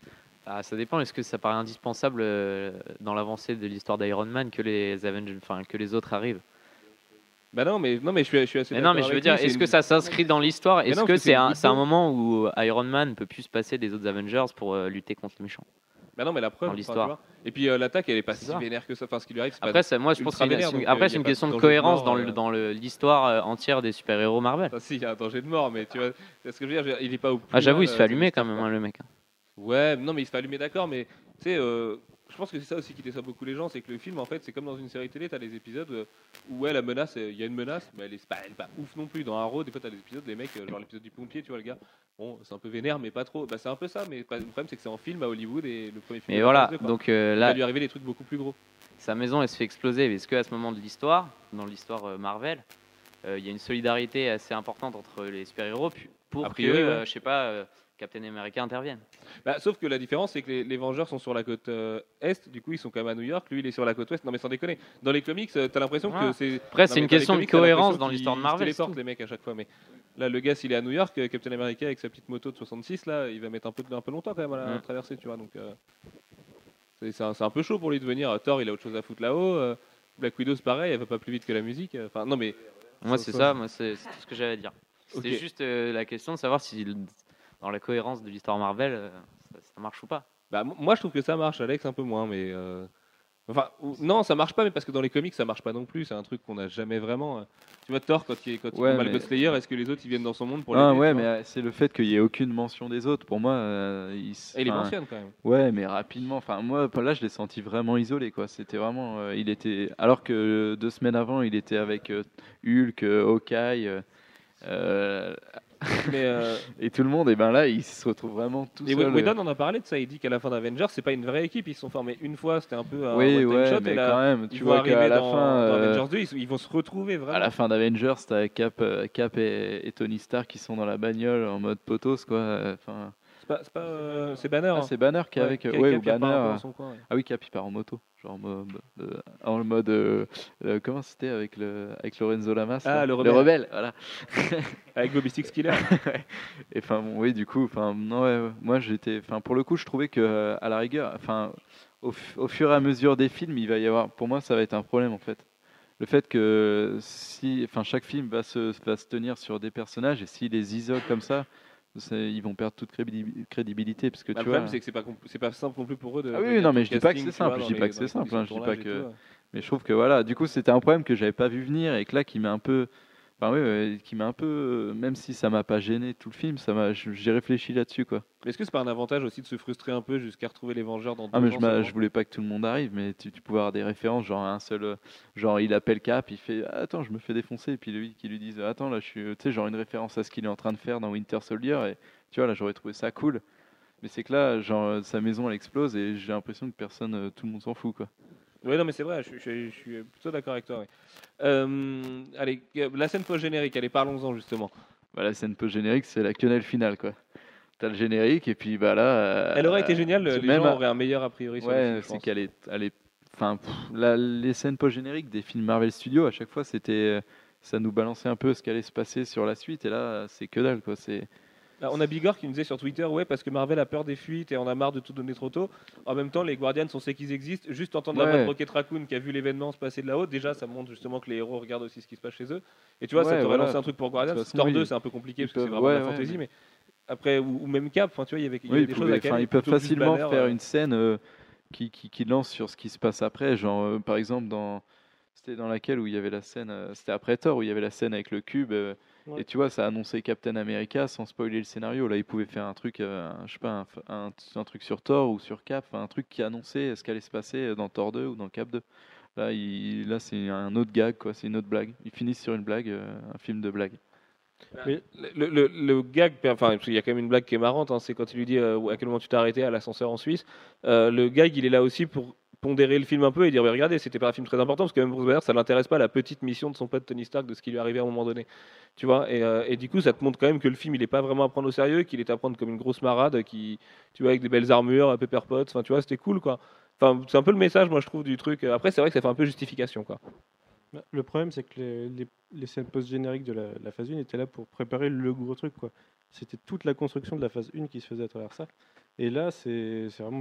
Ça dépend. Est-ce que ça paraît indispensable dans l'avancée de l'histoire d'Iron Man que les Avengers, que les autres arrivent? Bah non, mais je suis assez Mais d'accord. non, mais je veux avec dire, lui, est-ce que ça s'inscrit dans l'histoire? Mais Est-ce non, que parce que c'est c'est un moment où Iron Man peut plus se passer des autres Avengers pour lutter contre les méchants? Bah non, mais la preuve, dans enfin, l'histoire. tu vois. Et puis l'attaque, elle est pas C'est si ça. vénère que ça. Enfin, ce qui lui arrive, c'est Après, pas moi, je pense ultra que vénère, donc, après, y c'est a une pas question de danger cohérence mort, dans l'histoire entière des super-héros Marvel. Enfin, si, il y a un danger de mort, mais tu vois, c'est ce que je veux dire, il est pas au plus Ah, j'avoue, mal, il se fait allumer Tony quand Stark, même, quoi. hein, le mec. Ouais, non, mais il se fait allumer, d'accord, mais tu sais, je pense que c'est ça aussi qui déçoit beaucoup les gens, c'est que le film, en fait, c'est comme dans une série télé, t'as des épisodes où ouais, la menace, il y a une menace, mais elle est pas ouf non plus. Dans Arrow, des fois, t'as des épisodes, les mecs, genre l'épisode du pompier, tu vois, le gars, bon, c'est un peu vénère, mais pas trop. Bah, c'est un peu ça, mais le problème, c'est que c'est en film à Hollywood et le premier film. Mais est voilà, pas quoi. donc Il va là, lui arriver des trucs beaucoup plus gros. sa maison, elle se fait exploser. Est-ce qu'à ce moment de l'histoire, dans l'histoire Marvel, il y a une solidarité assez importante entre les super-héros pour A priori, que, ouais. je sais pas, Captain America intervienne? Bah, sauf que la différence, c'est que les Vengeurs sont sur la côte est, du coup, ils sont quand même à New York, lui, il est sur la côte ouest. Non, mais sans déconner. Dans les comics, t'as l'impression Ouais. que c'est. Après, Non, c'est mais une dans les question de comics, t'as cohérence l'impression dans l'histoire de qu'ils Marvel, se téléportent, c'est tout. les mecs, à chaque fois. Mais là, le gars, s'il est à New York, Captain America avec sa petite moto de 66, là, il va mettre un peu longtemps quand même à la traverser, tu vois. Donc, c'est un peu chaud pour lui de venir. Thor, il a autre chose à foutre là-haut. Black Widow, c'est pareil, elle va pas plus vite que la musique. Enfin, non, mais. Moi, c'est ça, c'est tout ce que j'avais à dire. C'était Ok. juste la question de savoir si, dans la cohérence de l'histoire Marvel, ça marche ou pas. Bah, moi, je trouve que ça marche, Alex, un peu moins, mais. Enfin, non, ça marche pas, mais parce que dans les comics, ça marche pas non plus. C'est un truc qu'on n'a jamais vraiment. Tu vois, Thor, quand il Ouais, combat le mais- God Slayer, est-ce que les autres ils viennent dans son monde pour Ah l'aider, ouais, tu mais vois c'est le fait qu'il y ait aucune mention des autres. Pour moi, Et il les mentionne quand même. Ouais, mais rapidement. Enfin, moi, là, je l'ai senti vraiment isolé, quoi. C'était vraiment, il était. Alors que 2 semaines avant, il était avec Hulk, Hawkeye. Mais, et tout le monde, et ben là, il se retrouve vraiment tout Et seul. Whedon en a parlé de ça. Il dit qu'à la fin d'Avengers, c'est pas une vraie équipe. Ils se sont formés une fois, c'était un peu un Oui, one-time ouais, shot. mais Et là, quand même, tu ils vont vois arriver qu'à la dans, fin, dans Avengers 2, ils vont se retrouver vraiment. À la fin d'Avengers, t'as Cap et Tony Stark qui sont dans la bagnole en mode potos, quoi. Enfin. C'est Banner. Ah, c'est Banner qui est Ouais, avec. Cap, Ouais, il ou repart un peu Banner. dans son coin, ouais. Ah oui, Cap il part en moto, genre en mode comment c'était avec Lorenzo Lamas. Ah, là le le rebelle. rebelle, voilà. Avec Bobby Six Killer. Ouais. Et enfin bon, oui, du coup, enfin non, ouais, moi j'étais, enfin pour le coup, je trouvais que à la rigueur, enfin au fur et à mesure des films, il va y avoir, pour moi, ça va être un problème en fait. Le fait que si, enfin chaque film va se tenir sur des personnages et s'il les isole comme ça. Ils vont perdre toute crédibilité parce que Bah, tu le vois. problème, c'est que c'est pas simple non plus pour eux de. Ah oui, venir non, tout mais le je dis pas que casting, c'est tu vois, simple. Je dans dis les- pas que dans les c'est simple. conditions Hein, de je dis pas tournage que. et tout, ouais. Mais je trouve que voilà, du coup, c'était un problème que j'avais pas vu venir et que là, qui m'a un peu. Enfin oui, qui m'a un peu. Même si ça m'a pas gêné tout le film, j'ai réfléchi là-dessus quoi. Mais est-ce que c'est pas un avantage aussi de se frustrer un peu jusqu'à retrouver les Vengeurs dans 2 Ah mais ans seulement je voulais pas que tout le monde arrive, mais tu pouvais avoir des références, genre un seul, genre il appelle Cap, il fait attends je me fais défoncer, et puis lui qui lui dise attends là je suis, tu sais genre une référence à ce qu'il est en train de faire dans Winter Soldier, et tu vois là j'aurais trouvé ça cool, mais c'est que là genre sa maison elle explose et j'ai l'impression que personne, tout le monde s'en fout quoi. Oui, non, mais c'est vrai, je suis plutôt d'accord avec toi. Ouais. Allez, la scène post-générique, allez, parlons-en justement. Bah, la scène post-générique c'est la quenelle finale quoi. T'as le générique et puis bah là. Elle aurait été géniale, les même gens auraient un meilleur a priori sur le film, Ouais, je c'est pense. qu'elle est, enfin, les scènes post-génériques des films Marvel Studios, à chaque fois, c'était, ça nous balançait un peu ce qui allait se passer sur la suite, et là, c'est que dalle, quoi. C'est. Là, on a Bigor qui nous disait sur Twitter, ouais, parce que Marvel a peur des fuites et on a marre de tout donner trop tôt. En même temps, les Guardians, on sait qu'ils existent. Juste entendre la voix de Ouais. Rocket Raccoon qui a vu l'événement se passer de là-haut, déjà, ça montre justement que les héros regardent aussi ce qui se passe chez eux. Et tu vois, ça Ouais, t'aurait voilà. lancé un truc pour Guardians. De toute façon, Thor oui. 2, c'est un peu compliqué Ils parce que c'est peuvent- vraiment de la ouais, fantasy, ouais, mais après, ou même Cap, enfin, tu vois, il y avait Oui, des choses à caler. ils peuvent plutôt que juste facilement Banner, faire une scène qui lance sur ce qui se passe après, genre, par exemple, c'était dans laquelle où il y avait la scène, c'était après Thor, où il y avait la scène avec le cube. Ouais. Et tu vois, ça annonçait Captain America sans spoiler le scénario. Là, ils pouvaient faire un truc, je sais pas, un truc sur Thor ou sur Cap, un truc qui annonçait ce qui allait se passer dans Thor 2 ou dans Cap 2. Là, c'est un autre gag, quoi. C'est une autre blague. Ils finissent sur une blague, un film de blague. Mais le gag, enfin, il y a quand même une blague qui est marrante, hein, c'est quand il lui dit à quel moment tu t'es arrêté à l'ascenseur en Suisse. Le gag, il est là aussi pour pondérer le film un peu et dire mais regardez, c'était pas un film très important parce que même Bruce Banner, ça l'intéresse pas la petite mission de son pote Tony Stark, de ce qui lui est arrivé à un moment donné. Tu vois, et du coup, ça te montre quand même que le film, il est pas vraiment à prendre au sérieux, qu'il est à prendre comme une grosse marade, qui, tu vois, avec des belles armures, Pepper Potts, enfin, tu vois, c'était cool, quoi. Enfin, c'est un peu le message, moi, je trouve, du truc. Après, c'est vrai que ça fait un peu justification, quoi. Bah, le problème, c'est que les scènes post-génériques de la phase 1 étaient là pour préparer le gros truc, quoi. C'était toute la construction de la phase 1 qui se faisait à travers ça. Et là, c'est vraiment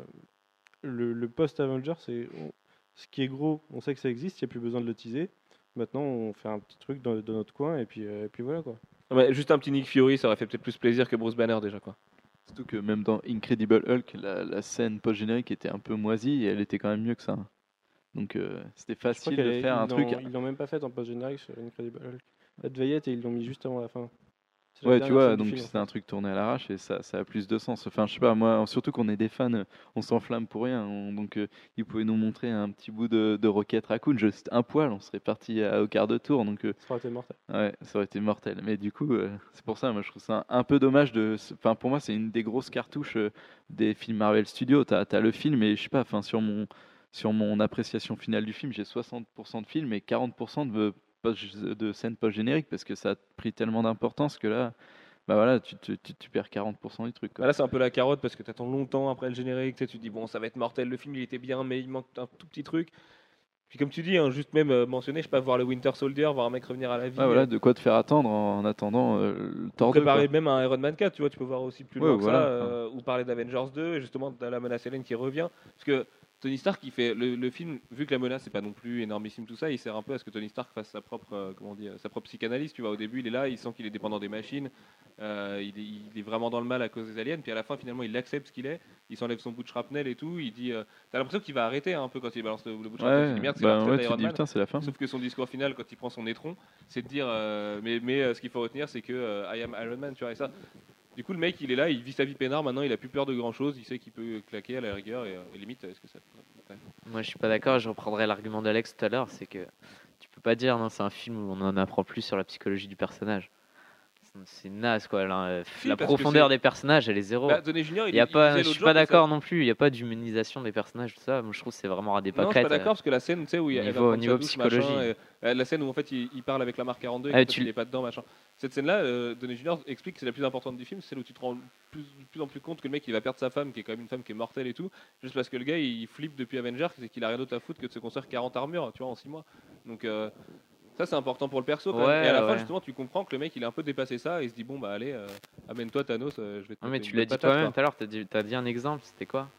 le post-Avenger, ce qui est gros, on sait que ça existe, il n'y a plus besoin de le teaser. Maintenant, on fait un petit truc dans notre coin, et puis voilà, quoi. Ouais, juste un petit Nick Fury, ça aurait fait peut-être plus plaisir que Bruce Banner, déjà, quoi. Surtout que même dans Incredible Hulk, la scène post-générique était un peu moisie et elle était quand même mieux que ça. Donc c'était Je crois facile qu'elle de est- faire un ils truc. l'ont- Ils l'ont même pas fait en post-générique sur Incredible Hulk. La Veillette, et ils l'ont mis juste avant la fin. C'est la Ouais, tu dernière vois, scène du donc film, en c'était un truc tourné à l'arrache et ça a plus de sens. Enfin, je sais pas, moi, surtout qu'on est des fans, on s'enflamme pour rien. Donc, ils pouvaient nous montrer un petit bout de Rocket Raccoon, juste un poil, on serait parti au quart de tour. Donc, Ça aurait été mortel. ouais, ça aurait été mortel. Mais du coup, c'est pour ça, moi, je trouve ça un peu dommage de. Enfin, pour moi, c'est une des grosses cartouches des films Marvel Studios. T'as le film, et je sais pas, enfin, sur mon appréciation finale du film, j'ai 60% de film et 40% de scènes post-génériques parce que ça a pris tellement d'importance que là, bah voilà, tu perds 40% du truc, quoi. Bah là, c'est un peu la carotte parce que tu attends longtemps après le générique. Tu sais, tu te dis, bon, ça va être mortel. Le film, il était bien, mais il manque un tout petit truc. Puis, comme tu dis, hein, juste même mentionner, je sais pas, voir le Winter Soldier, voir un mec revenir à la vie. Ouais, voilà, de quoi te faire attendre en attendant le Thor 2, Préparer quoi. même un Iron Man 4, tu vois, tu peux voir aussi plus Ouais, loin que voilà, ça, enfin. ou parler d'Avengers 2, et justement, t'as la menace Hélène qui revient. Parce que Tony Stark, il fait le film, vu que la menace c'est pas non plus énormissime tout ça, il sert un peu à ce que Tony Stark fasse sa propre, comment dire, sa propre psychanalyse. Tu vois, au début, il est là, il sent qu'il est dépendant des machines, il est vraiment dans le mal à cause des aliens, puis à la fin, finalement, il accepte ce qu'il est, il s'enlève son bout de shrapnel et tout, il dit, t'as l'impression qu'il va arrêter un peu quand il balance le bout de shrapnel, tu Ouais, dis merde, c'est bah la retraite ouais, tu te d'Iron dis Man. putain, c'est la fin. Sauf que son discours final, quand il prend son étron, c'est de dire, mais ce qu'il faut retenir, c'est que I am Iron Man, tu vois, et ça. Du coup, le mec, il est là, il vit sa vie peinard. Maintenant, il a plus peur de grand chose. Il sait qu'il peut claquer à la rigueur et limite, est-ce que ça. Ouais. Moi, je suis pas d'accord. Je reprendrai l'argument d'Alex tout à l'heure. C'est que tu peux pas dire, non, c'est un film où on en apprend plus sur la psychologie du personnage. C'est naze, quoi. Si, La parce que profondeur c'est- des personnages, elle est zéro. Bah, Downey Jr., Il y a pas, disait je l'autre suis jour pas que ça- d'accord non plus. Il y a pas d'humanisation des personnages, tout ça. Moi, je trouve que c'est vraiment à des Non, je suis pâquerettes. pas d'accord parce que la scène, tu sais, où il y a Niveau- elle niveau apprend sa douce, machin, psychologie. la scène où en fait il parle avec la marque 42 et Ah, qu'en fait, il est pas dedans, machin. Cette scène-là, Downey Jr. explique que c'est la plus importante du film, c'est celle où tu te rends de plus en plus compte que le mec il va perdre sa femme, qui est quand même une femme qui est mortelle et tout, juste parce que le gars il flippe depuis Avengers, c'est qu'il a rien d'autre à foutre que de se construire 40 armures, tu vois, en 6 mois. Donc ça c'est important pour le perso quand même. Ouais, Et à la fin ouais. justement tu comprends que le mec il a un peu dépassé ça et il se dit bon bah allez amène-toi Thanos, je vais te Non, mais mettre tu une l'as bonne dit patate, toi-même quoi. tout à l'heure. T'as dit un exemple. C'était quoi?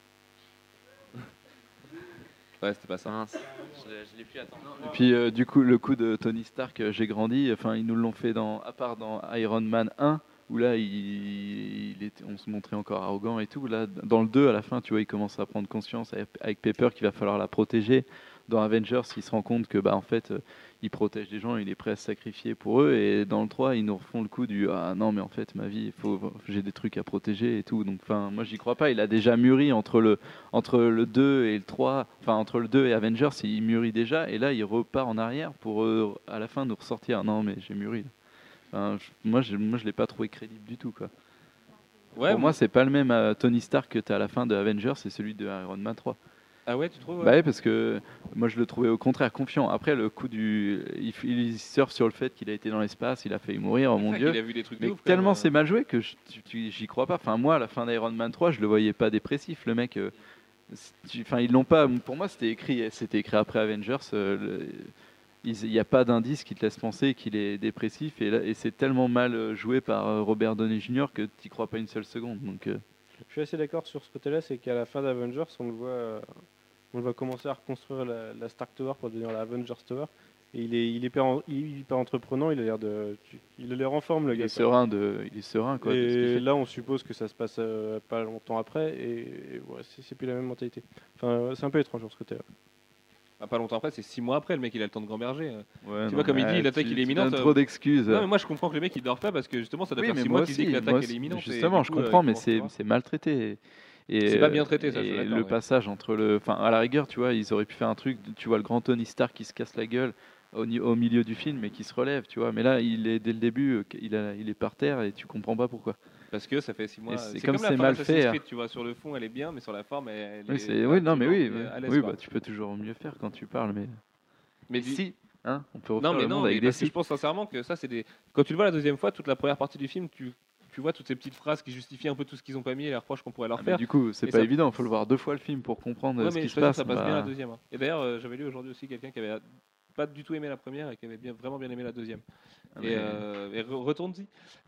Ouais, c'était pas ça. Mince. Je l'ai plus. Attends. Et puis du coup, le coup de Tony Stark, j'ai grandi. Enfin, ils nous l'ont fait à part dans Iron Man 1, où là, on se montrait encore arrogant et tout. Là, dans le 2, à la fin, tu vois, il commence à prendre conscience avec Pepper qu'il va falloir la protéger. Dans Avengers, il se rend compte que, bah, en fait, il protège les gens, il est prêt à se sacrifier pour eux. Et dans le 3, ils nous refont le coup du ah non, mais en fait, ma vie, j'ai des trucs à protéger et tout. Donc, enfin, moi, j'y crois pas. Il a déjà mûri entre le 2 et le 3, enfin, entre le 2 et Avengers, il mûrit déjà. Et là, il repart en arrière pour à la fin nous ressortir. Non, mais j'ai mûri. Enfin, moi, je l'ai pas trouvé crédible du tout, quoi. Ouais, pour moi, c'est pas le même Tony Stark que tu as à la fin de Avengers, c'est celui de Iron Man 3. Ah ouais, tu trouves ouais. Bah ouais, parce que moi je le trouvais au contraire confiant. Après le coup il surfe sur le fait qu'il a été dans l'espace, il a failli mourir, oh mon C'est vrai Dieu. qu'il a vu des trucs de Mais ouf, quand tellement même. c'est mal joué que j'y crois pas. Enfin moi à la fin d'Iron Man 3, je le voyais pas dépressif le mec. Enfin ils l'ont pas. Pour moi c'était écrit après Avengers. Il n'y a pas d'indice qui te laisse penser qu'il est dépressif et c'est tellement mal joué par Robert Downey Jr. que tu crois pas une seule seconde. Donc Je suis assez d'accord sur ce côté-là, c'est qu'à la fin d'Avengers, on le voit commencer à reconstruire la Stark Tower pour devenir la Avengers Tower. Et il est hyper entreprenant, il a l'air en forme le il gars. est serein quoi. de ce qu'il Et fait. là, on suppose que ça se passe pas longtemps après, et ouais, c'est plus la même mentalité. Enfin, c'est un peu étrange sur ce côté-là. Ah, pas longtemps après, c'est 6 mois après, le mec il a le temps de gamberger. Ouais, Tu vois, comme il dit, l'attaque il est imminente. donnes trop d'excuses. Non, mais moi je comprends que le mec il dort pas parce que justement ça doit Oui, faire mais 6 moi mois qu'il dit que aussi, l'attaque elle est imminente. Justement, et je du coup, comprends, il mais commence à voir. c'est maltraité. Et, C'est pas bien traité, ça, je suis Et d'accord, le ouais. passage entre enfin, à la rigueur, tu vois, ils auraient pu faire un truc. Tu vois le grand Tony Stark qui se casse la gueule au milieu du film et qui se relève, tu vois. Mais là, dès le début, il est par terre et tu comprends pas pourquoi. Parce que ça fait 6 mois. Et c'est comme comme la c'est fin mal d'Assassin's fait, Creed, tu vois, sur le fond elle est bien, mais sur la forme elle Oui, est. oui, non, mais oui, à l'aise, oui, quoi. bah, tu peux toujours mieux faire quand tu parles, mais. Mais si, hein, on peut refaire non, mais le non, monde mais avec des parce que si. je pense sincèrement que ça c'est des. Quand tu le vois la deuxième fois, toute la première partie du film, tu vois toutes ces petites phrases qui justifient un peu tout ce qu'ils ont pas mis et les reproches qu'on pourrait leur Ah, faire. mais du coup, c'est Et pas ça- évident, il faut le voir 2 fois le film pour comprendre Ouais, ce mais qui je se te jure, passe. ça passe bien la Bah, deuxième. Hein. Et d'ailleurs, j'avais lu aujourd'hui aussi quelqu'un qui avait pas du tout aimé la première et qui avait vraiment bien aimé la deuxième. Ah, Et, retourne-y.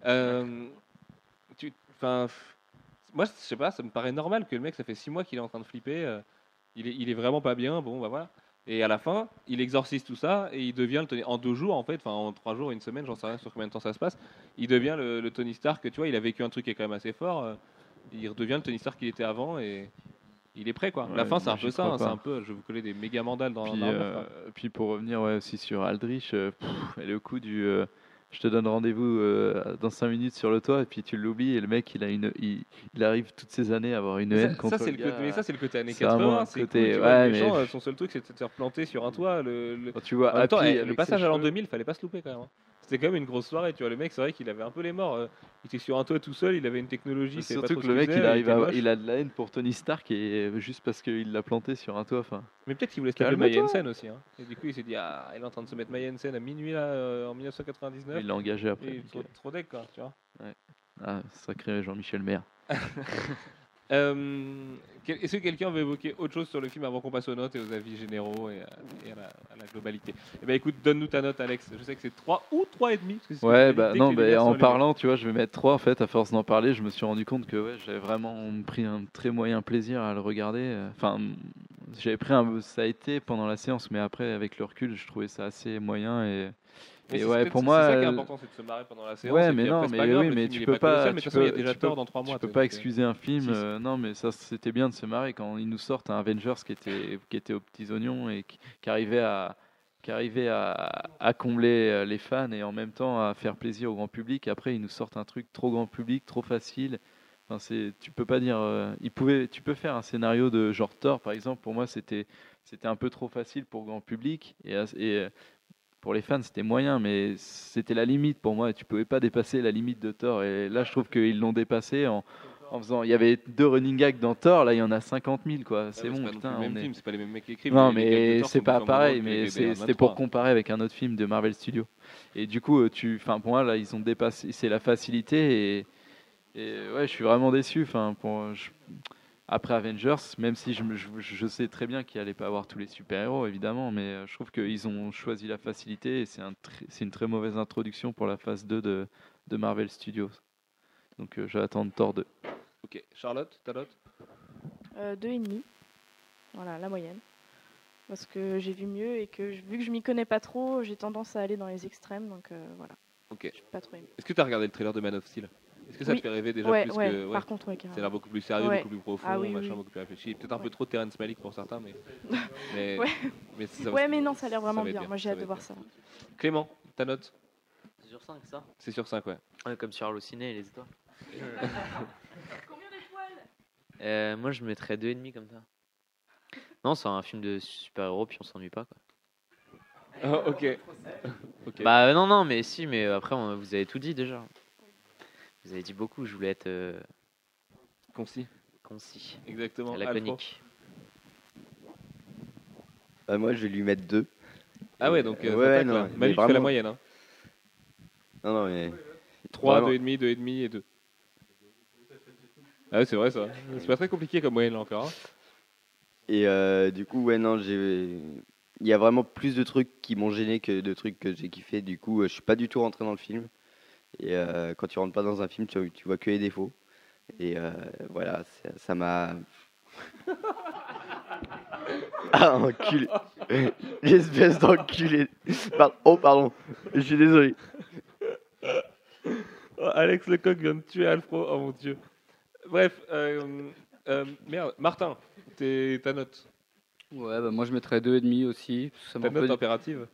Enfin, moi, je sais pas, ça me paraît normal que le mec, ça fait 6 mois qu'il est en train de flipper. Il est vraiment pas bien. Bon, bah voilà. Et à la fin, il exorcise tout ça et il devient le Tony en 2 jours en fait, enfin en 3 jours, une semaine, j'en sais rien sur combien de temps ça se passe. Il devient le Tony Stark. Tu vois, il a vécu un truc qui est quand même assez fort. Il redevient le Tony Stark qu'il était avant et il est prêt quoi. La Ouais, fin, c'est un moi, peu j'y ça. crois Hein, c'est pas. un peu, je vais vous coller des méga mandales dans Puis, l'armure, quoi. puis pour revenir aussi sur Aldrich, et le coup du je te donne rendez-vous dans 5 minutes sur le toit, et puis tu l'oublies, et le mec, il arrive toutes ces années à avoir une haine contre c'est le le gars. côté, mais ça, c'est le côté années C'est vraiment 80. un C'est côté- cool, tu vois, ouais, le méchant, mais- son seul truc, c'était de se replanter sur un toit. Quand tu vois En même temps, Happy le avec passage ses à l'an cheveux. 2000, fallait pas se louper quand même, hein. C'était quand même une grosse soirée, tu vois. Le mec, c'est vrai qu'il avait un peu les morts. Il était sur un toit tout seul, il avait une technologie. il savait pas Surtout trop que ce le qu'il mec, faisait, était moche. il a de la haine pour Tony Stark, et juste parce qu'il l'a planté sur un toit. Enfin, Mais peut-être qu'il voulait se taper Calme-toi. Mayensen aussi. Hein. Et du coup, il s'est dit, ah, il est en train de se mettre Mayensen à minuit là, en 1999. il l'a engagé après. Et donc, trop deck, quoi, tu vois. Ah, sacré Jean-Michel Maire. Est-ce que quelqu'un veut évoquer autre chose sur le film avant qu'on passe aux notes et aux avis généraux et à la globalité? Eh ben écoute, donne-nous ta note, Alex. Je sais que c'est 3 ou 3,5. parce que c'est ce que Ouais, tu bah m'as dit non, dès que les lumières sont en allumées. parlant, tu vois, je vais mettre 3 en fait. À force d'en parler, je me suis rendu compte que ouais, j'avais vraiment pris un très moyen plaisir à le regarder. Enfin, ça a été pendant la séance, mais après, avec le recul, je trouvais ça assez moyen. Mais Et c'est ouais, peut-être- pour moi. c'est ça qui est important, c'est de se marrer pendant la séance. Ouais, et mais puis non, après, c'est mais pas grave, oui, le mais film, tu il est peux pas colossal, pas. mais de Tu toute façon, il y a peux, déjà tu Thor peux- dans 3 mois. tu peux donc, pas excuser un film. si, si. Non, mais ça, c'était bien de se marrer quand ils nous sortent un Avengers qui était aux petits oignons et qui arrivait à combler les fans et en même temps à faire plaisir au grand public. Après, ils nous sortent un truc trop grand public, trop facile. Enfin, tu peux pas dire. Tu peux faire un scénario de genre Thor, par exemple. Pour moi, c'était un peu trop facile pour le grand public et pour les fans, c'était moyen, mais c'était la limite pour moi. Tu pouvais pas dépasser la limite de Thor. Et là, je trouve qu'ils l'ont dépassé en faisant. Il y avait 2 running gags dans Thor, là, il y en a 50 000, quoi. C'est Ouais, mais bon, pas non plus putain. le même on est- film, c'est pas les mêmes mecs qui écrivent. Non, les gags de mais Thor c'est sont pas différents pareil. que Mais les gags d'Iron Man c'était pour 3. comparer avec un autre film de Marvel Studios. Et du coup, pour moi, là, ils ont dépassé. C'est la facilité. Et ouais, je suis vraiment déçu. Après Avengers, même si je sais très bien qu'il allait pas avoir tous les super-héros, évidemment, mais je trouve qu'ils ont choisi la facilité et c'est une très mauvaise introduction pour la phase 2 de Marvel Studios. Donc je vais attendre Thor 2. Ok, Charlotte, ta note? 2,5. Voilà, la moyenne. Parce que j'ai vu mieux et que vu que je m'y connais pas trop, j'ai tendance à aller dans les extrêmes. Donc voilà. Ok. J'ai pas trop aimé. Est-ce que tu as regardé le trailer de Man of Steel? Est-ce que ça Oui. te fait rêver déjà Ouais, plus ouais, que. par contre, ouais, carrément. Ça a l'air beaucoup plus sérieux, Ouais. beaucoup plus profond, Ah oui, machin, oui. beaucoup plus réfléchi. Peut-être un peu Ouais. trop Terrence Malick pour certains, mais. mais, Ouais. mais ça, Ouais, mais non, ça a l'air ça vraiment va être bien. Moi, j'ai ça hâte va de être voir bien. ça. Clément, ta note? C'est sur 5, ça? C'est sur 5, ouais. Ouais, comme sur Allociné et les étoiles. Combien d'étoiles? Moi, je mettrais 2,5 comme ça. Non, c'est un film de super-héros, puis on s'ennuie pas, quoi. Ah, ok. Ok. Bah non, mais si, mais après, vous avez tout dit déjà. Vous avez dit beaucoup, je voulais être Concis. concis. Exactement. Et laconique. Moi, je vais lui mettre 2. Ah ouais, donc ça Ouais, attaque, non, là. mais Manu, tu fais la vraiment- moyenne. Hein. Non, mais 3, Vraiment. 2,5, 2,5 et 2. Ah ouais, c'est vrai ça. C'est pas très compliqué comme moyenne là encore. Hein. Et du coup, ouais, non, il y a vraiment plus de trucs qui m'ont gêné que de trucs que j'ai kiffé. Du coup, je suis pas du tout rentré dans le film. Et quand tu rentres pas dans un film, tu vois que les défauts. Et voilà, ça m'a. Ah, enculé. L'espèce d'enculé. Oh, pardon. Je suis désolé. Oh, Alex Lecoq vient de tuer Alfro. Oh mon dieu. Bref, merde. Martin, ta note. Ouais, bah moi je mettrais 2,5 aussi. parce que ça m'a Ta un peu note dé- impérative.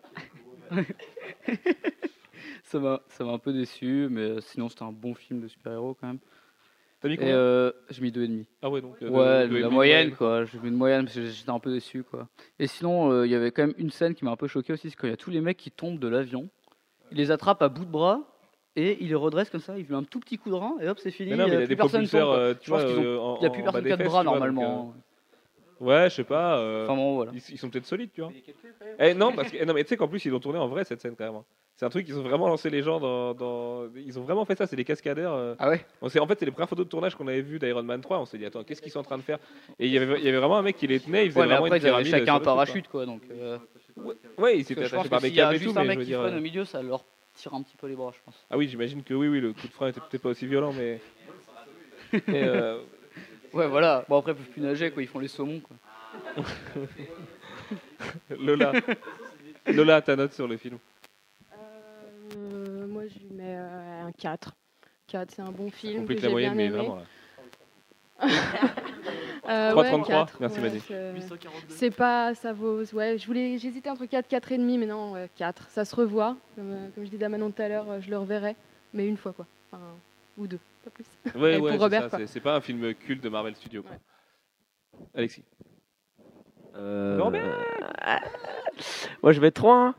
ça m'a un peu déçu, mais sinon c'était un bon film de super-héros quand même. T'as mis Et combien j'ai mis 2,5. Ah ouais, donc. Ouais, deux et la demi, moyenne quoi. J'ai mis une moyenne parce que j'étais un peu déçu quoi. Et sinon, il y avait quand même une scène qui m'a un peu choqué aussi, c'est quand il y a tous les mecs qui tombent de l'avion. Il les attrape à bout de bras et il les redresse comme ça. Il fait un tout petit coup de rein et hop, c'est fini. Mais non, mais il y a plus des personne propulseurs, tombe, quoi. tu Je pense vois, qu'ils ont- il n'y a plus en personne bas qui a des de bras fesses, tu vois, normalement. Ouais, je sais pas. Enfin bon, voilà. Ils sont peut-être solides, tu vois. Non, parce que non, mais tu sais qu'en plus ils ont tourné en vrai cette scène quand même. Hein. C'est un truc, ils ont vraiment lancé les gens ils ont vraiment fait ça, c'est des cascadeurs. Ah ouais. En fait, c'est les premières photos de tournage qu'on avait vues d'Iron Man 3. On s'est dit, attends, qu'est-ce qu'ils sont en train de faire? Et il y avait vraiment un mec qui les tenait, il faisait Ouais, mais vraiment après une ils avaient pyramide chacun sur un le truc, quoi. parachute quoi. Donc. Ouais, ils s'étaient Je pense attachés que par des s'il y a câbles et juste tout, un mais je mec veux qui dire. freine au milieu, ça leur tire un petit peu les bras, je pense. Ah oui, j'imagine que oui, le coup de frein était peut-être pas aussi violent, mais. Mais, Ouais, voilà. Bon après ils peuvent plus nager quoi, ils font les saumons quoi. Lola, ta note sur le film? Moi, je lui mets un 4. 4, c'est un bon film. Complique que la j'ai moyenne, bien mais aimé. vraiment là. 3,33. 4, Merci, ouais, Manu. c'est pas, ça vaut, ouais, j'hésitais entre 4, 4,5, mais non, 4. Ça se revoit, comme je disais à Manon tout à l'heure, je le reverrai, mais une fois quoi, enfin, ou deux, pas plus. Ouais, Et ouais, pour c'est Robert, ça, quoi. c'est pas un film culte de Marvel Studios. Quoi. Alexis. Moi, je vais être 3. Hein.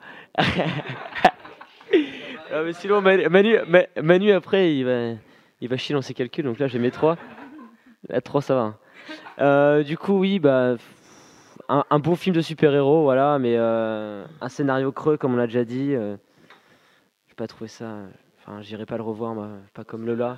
Mais sinon, Manu, après, il va chier dans ses calculs. Donc là, j'ai mes 3. À 3, ça va. Du coup, oui, bah, un bon film de super-héros, voilà. Mais un scénario creux, comme on l'a déjà dit. J'ai pas trouvé ça. Enfin, j'irai pas le revoir, moi. Pas comme Lola.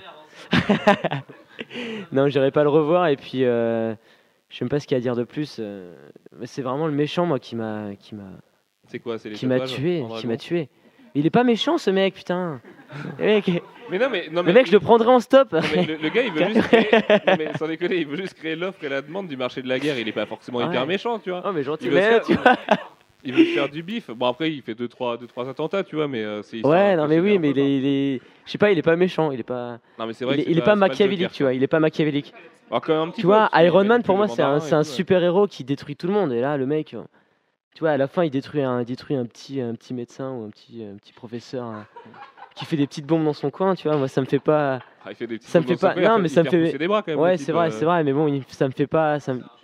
Non, j'irai pas le revoir. Et puis, je sais même pas ce qu'il y a à dire de plus. Mais c'est vraiment le méchant, moi, qui m'a C'est quoi, c'est les qui m'a tatouages tué, en qui dragon m'a tué. Il est pas méchant, ce mec, putain. Le mec, Mais non, mais le mec, je le prendrais en stop. Non, mais le gars, il veut juste créer. Non, mais sans déconner, il veut juste créer l'offre et la demande du marché de la guerre. Il est pas forcément hyper Ouais. méchant, tu vois. Oh, mais gentil, Il veut se mais faire- tu vois. Il veut se faire du bif. Bon, après, il fait 2-3 attentats, tu vois, mais c'est. histoire Ouais, de non, mais oui, considérer mais un peu, il est, je sais pas, il est pas méchant, il est pas. Non, mais c'est vrai que Il est pas c'est pas le machiavélique, Joker, tu vois. Il est pas machiavélique. Alors, quand même un petit Tu peu, vois, parce qu'il Iron Man, manipule pour moi, le c'est mandarin un et tout, ouais. super héros qui détruit tout le monde. Et là, le mec, tu vois, à la fin, il détruit un petit médecin ou un petit professeur qui fait des petites bombes dans son coin, tu vois. Moi, ça me fait pas. Ah, il fait des petites Ça me bombes fait dans son pas. coin, il Non, fait- mais il ça me fait fait. repousser des bras, quand même, Ouais, le c'est type, vrai, c'est vrai, mais bon, ça me fait pas.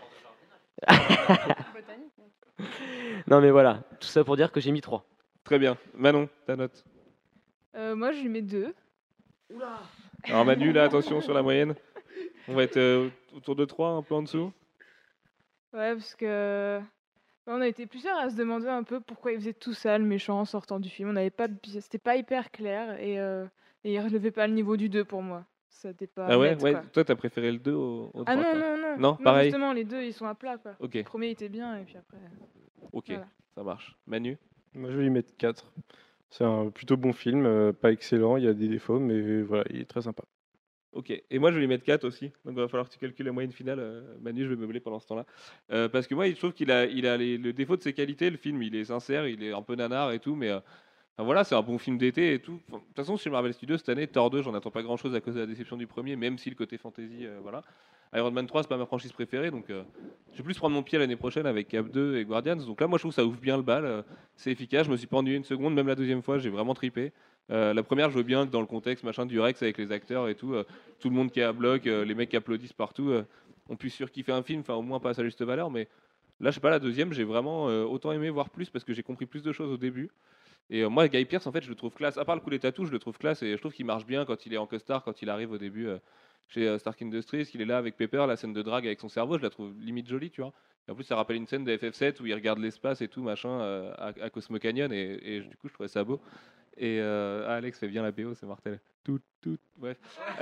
Non, mais voilà, tout ça pour dire que j'ai mis 3. Très bien. Manon, ta note. Moi, je lui mets 2. Alors, Manu, là, attention sur la moyenne. On va être autour de 3, un peu en dessous. Ouais, parce que on a été plusieurs à se demander un peu pourquoi il faisait tout ça, le méchant, en sortant du film. On n'avait pas, c'était pas hyper clair et il relevait pas le niveau du 2 pour moi. C'était pas Ah ouais, net, ouais. quoi. Toi, t'as préféré le 2 au 3. Ah non, quoi. non, non. Non, pareil. Justement, les deux, ils sont à plat, quoi. Ok. Le premier était bien et puis après. Ok, Voilà. ça marche. Manu. Moi, je vais lui mettre 4. C'est un plutôt bon film, pas excellent, il y a des défauts, mais voilà, il est très sympa. Ok, et moi je vais lui mettre 4 aussi, donc il va falloir que tu calcules la moyenne finale. Manu, je vais meubler pendant ce temps-là. Parce que moi, je trouve qu'il a le défaut de ses qualités. Le film, il est sincère, il est un peu nanar et tout, mais enfin, voilà, c'est un bon film d'été et tout. Enfin, de toute façon, chez Marvel Studios, cette année, Thor 2, j'en attends pas grand-chose à cause de la déception du premier, même si le côté fantasy, voilà. Iron Man 3, c'est pas ma franchise préférée, donc je vais plus prendre mon pied l'année prochaine avec Cap 2 et Guardians. Donc là, moi, je trouve que ça ouvre bien le bal, c'est efficace, je me suis pas ennuyé une seconde, même la deuxième fois, j'ai vraiment tripé. La première, je veux bien que dans le contexte machin du Rex avec les acteurs et tout, tout le monde qui est à bloc, les mecs qui applaudissent partout, on puisse surkiffer un film, enfin au moins pas à sa juste valeur, mais là, je sais pas, la deuxième, j'ai vraiment autant aimé, voire plus, parce que j'ai compris plus de choses au début. Et moi, Guy Pearce, en fait, je le trouve classe. À part le coup des tatous, je le trouve classe et je trouve qu'il marche bien quand il est en costard, quand il arrive au début chez Stark Industries, qu'il est là avec Pepper, la scène de drague avec son cerveau, je la trouve limite jolie, tu vois. Et en plus, ça rappelle une scène de FF7 où il regarde l'espace et tout, machin, à Cosmo Canyon, et du coup, je trouvais ça beau. Et Alex fait bien la BO, c'est mortel. Tout, bref.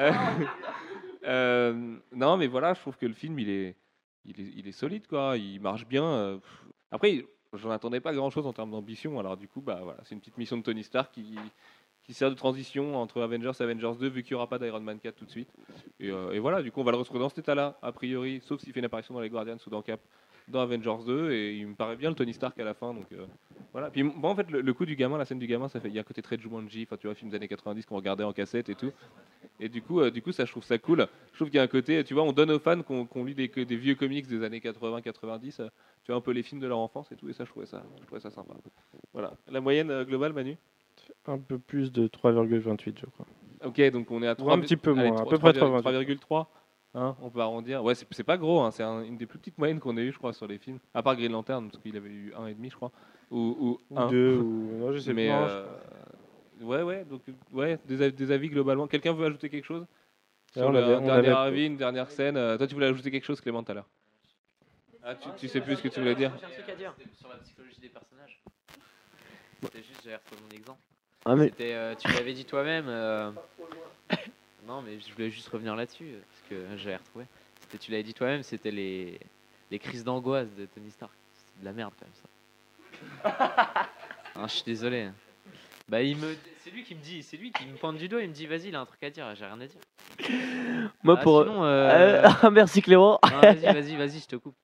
Non, mais voilà, je trouve que le film, il est solide, quoi. Il marche bien. Après, j'en attendais pas grand-chose en termes d'ambition. Alors du coup, bah voilà, c'est une petite mission de Tony Stark qui sert de transition entre Avengers et Avengers 2, vu qu'il n'y aura pas d'Iron Man 4 tout de suite. Et voilà, du coup, on va le retrouver dans cet état-là, a priori, sauf s'il fait une apparition dans les Guardians ou dans Cap, dans Avengers 2, et il me paraît bien le Tony Stark à la fin, donc voilà. Puis bon, en fait, le coup du gamin, la scène du gamin, ça fait, il y a un côté très Jumanji, enfin tu vois, film des années 90 qu'on regardait en cassette et tout. Et du coup, ça, je trouve ça cool. Je trouve qu'il y a un côté, tu vois, on donne aux fans qu'on lit des vieux comics des années 80-90, tu vois, un peu les films de leur enfance et tout, et ça, je trouvais ça sympa. Voilà. La moyenne globale, Manu? Un peu plus de 3,28, je crois. Ok, donc on est à 3. Ou un petit peu moins, à peu près 3,3. Hein, on peut arrondir. Ouais, c'est pas gros, hein, c'est une des plus petites moyennes qu'on ait eu, je crois, sur les films. À part Green Lantern, parce qu'il avait eu 1,5, je crois. Ou 1. 2, ou. Non, je sais Mais, pas. ouais, donc, ouais, des avis globalement. Quelqu'un veut ajouter quelque chose Ouais, sur on le avait- on dernier avait- avis, une dernière scène. Toi, tu voulais ajouter quelque chose, Clément, tout à l'heure? Ah, tu sais plus ce que tu voulais dire? J'ai un truc à dire sur la psychologie des personnages. C'était juste, j'avais retrouvé mon exemple. Ah, mais- C'était, tu l'avais dit toi-même. Non, mais je voulais juste revenir là-dessus parce que j'avais retrouvé. Tu l'avais dit toi-même, c'était les crises d'angoisse de Tony Stark. C'est de la merde quand même ça. Ah, je suis désolé. Bah c'est lui qui me pointe du doigt, il me dit vas-y, il a un truc à dire, j'ai rien à dire. Moi, Ah, pour. sinon, Merci Clément. non, vas-y, je te coupe.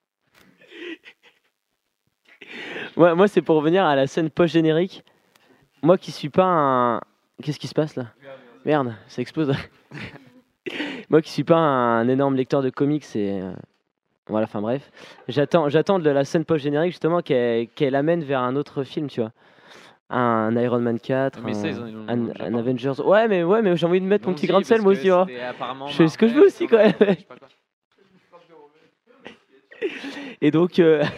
Moi, c'est pour revenir à la scène post-générique. Moi qui suis pas un. Qu'est-ce qui se passe là? Merde, ça explose. Moi qui suis pas un énorme lecteur de comics Voilà, enfin bref. J'attends de la scène post-générique justement qu'elle amène vers un autre film, tu vois. Un Iron Man 4, Mais ça, ils ont un déjà pas. Avengers. Ouais, mais j'ai envie de mettre mon Donc, petit grain de si, sel moi parce aussi, que hein. c'était apparemment Je fais ce que je veux Marvel, aussi quand même. je sais pas quoi. Et donc,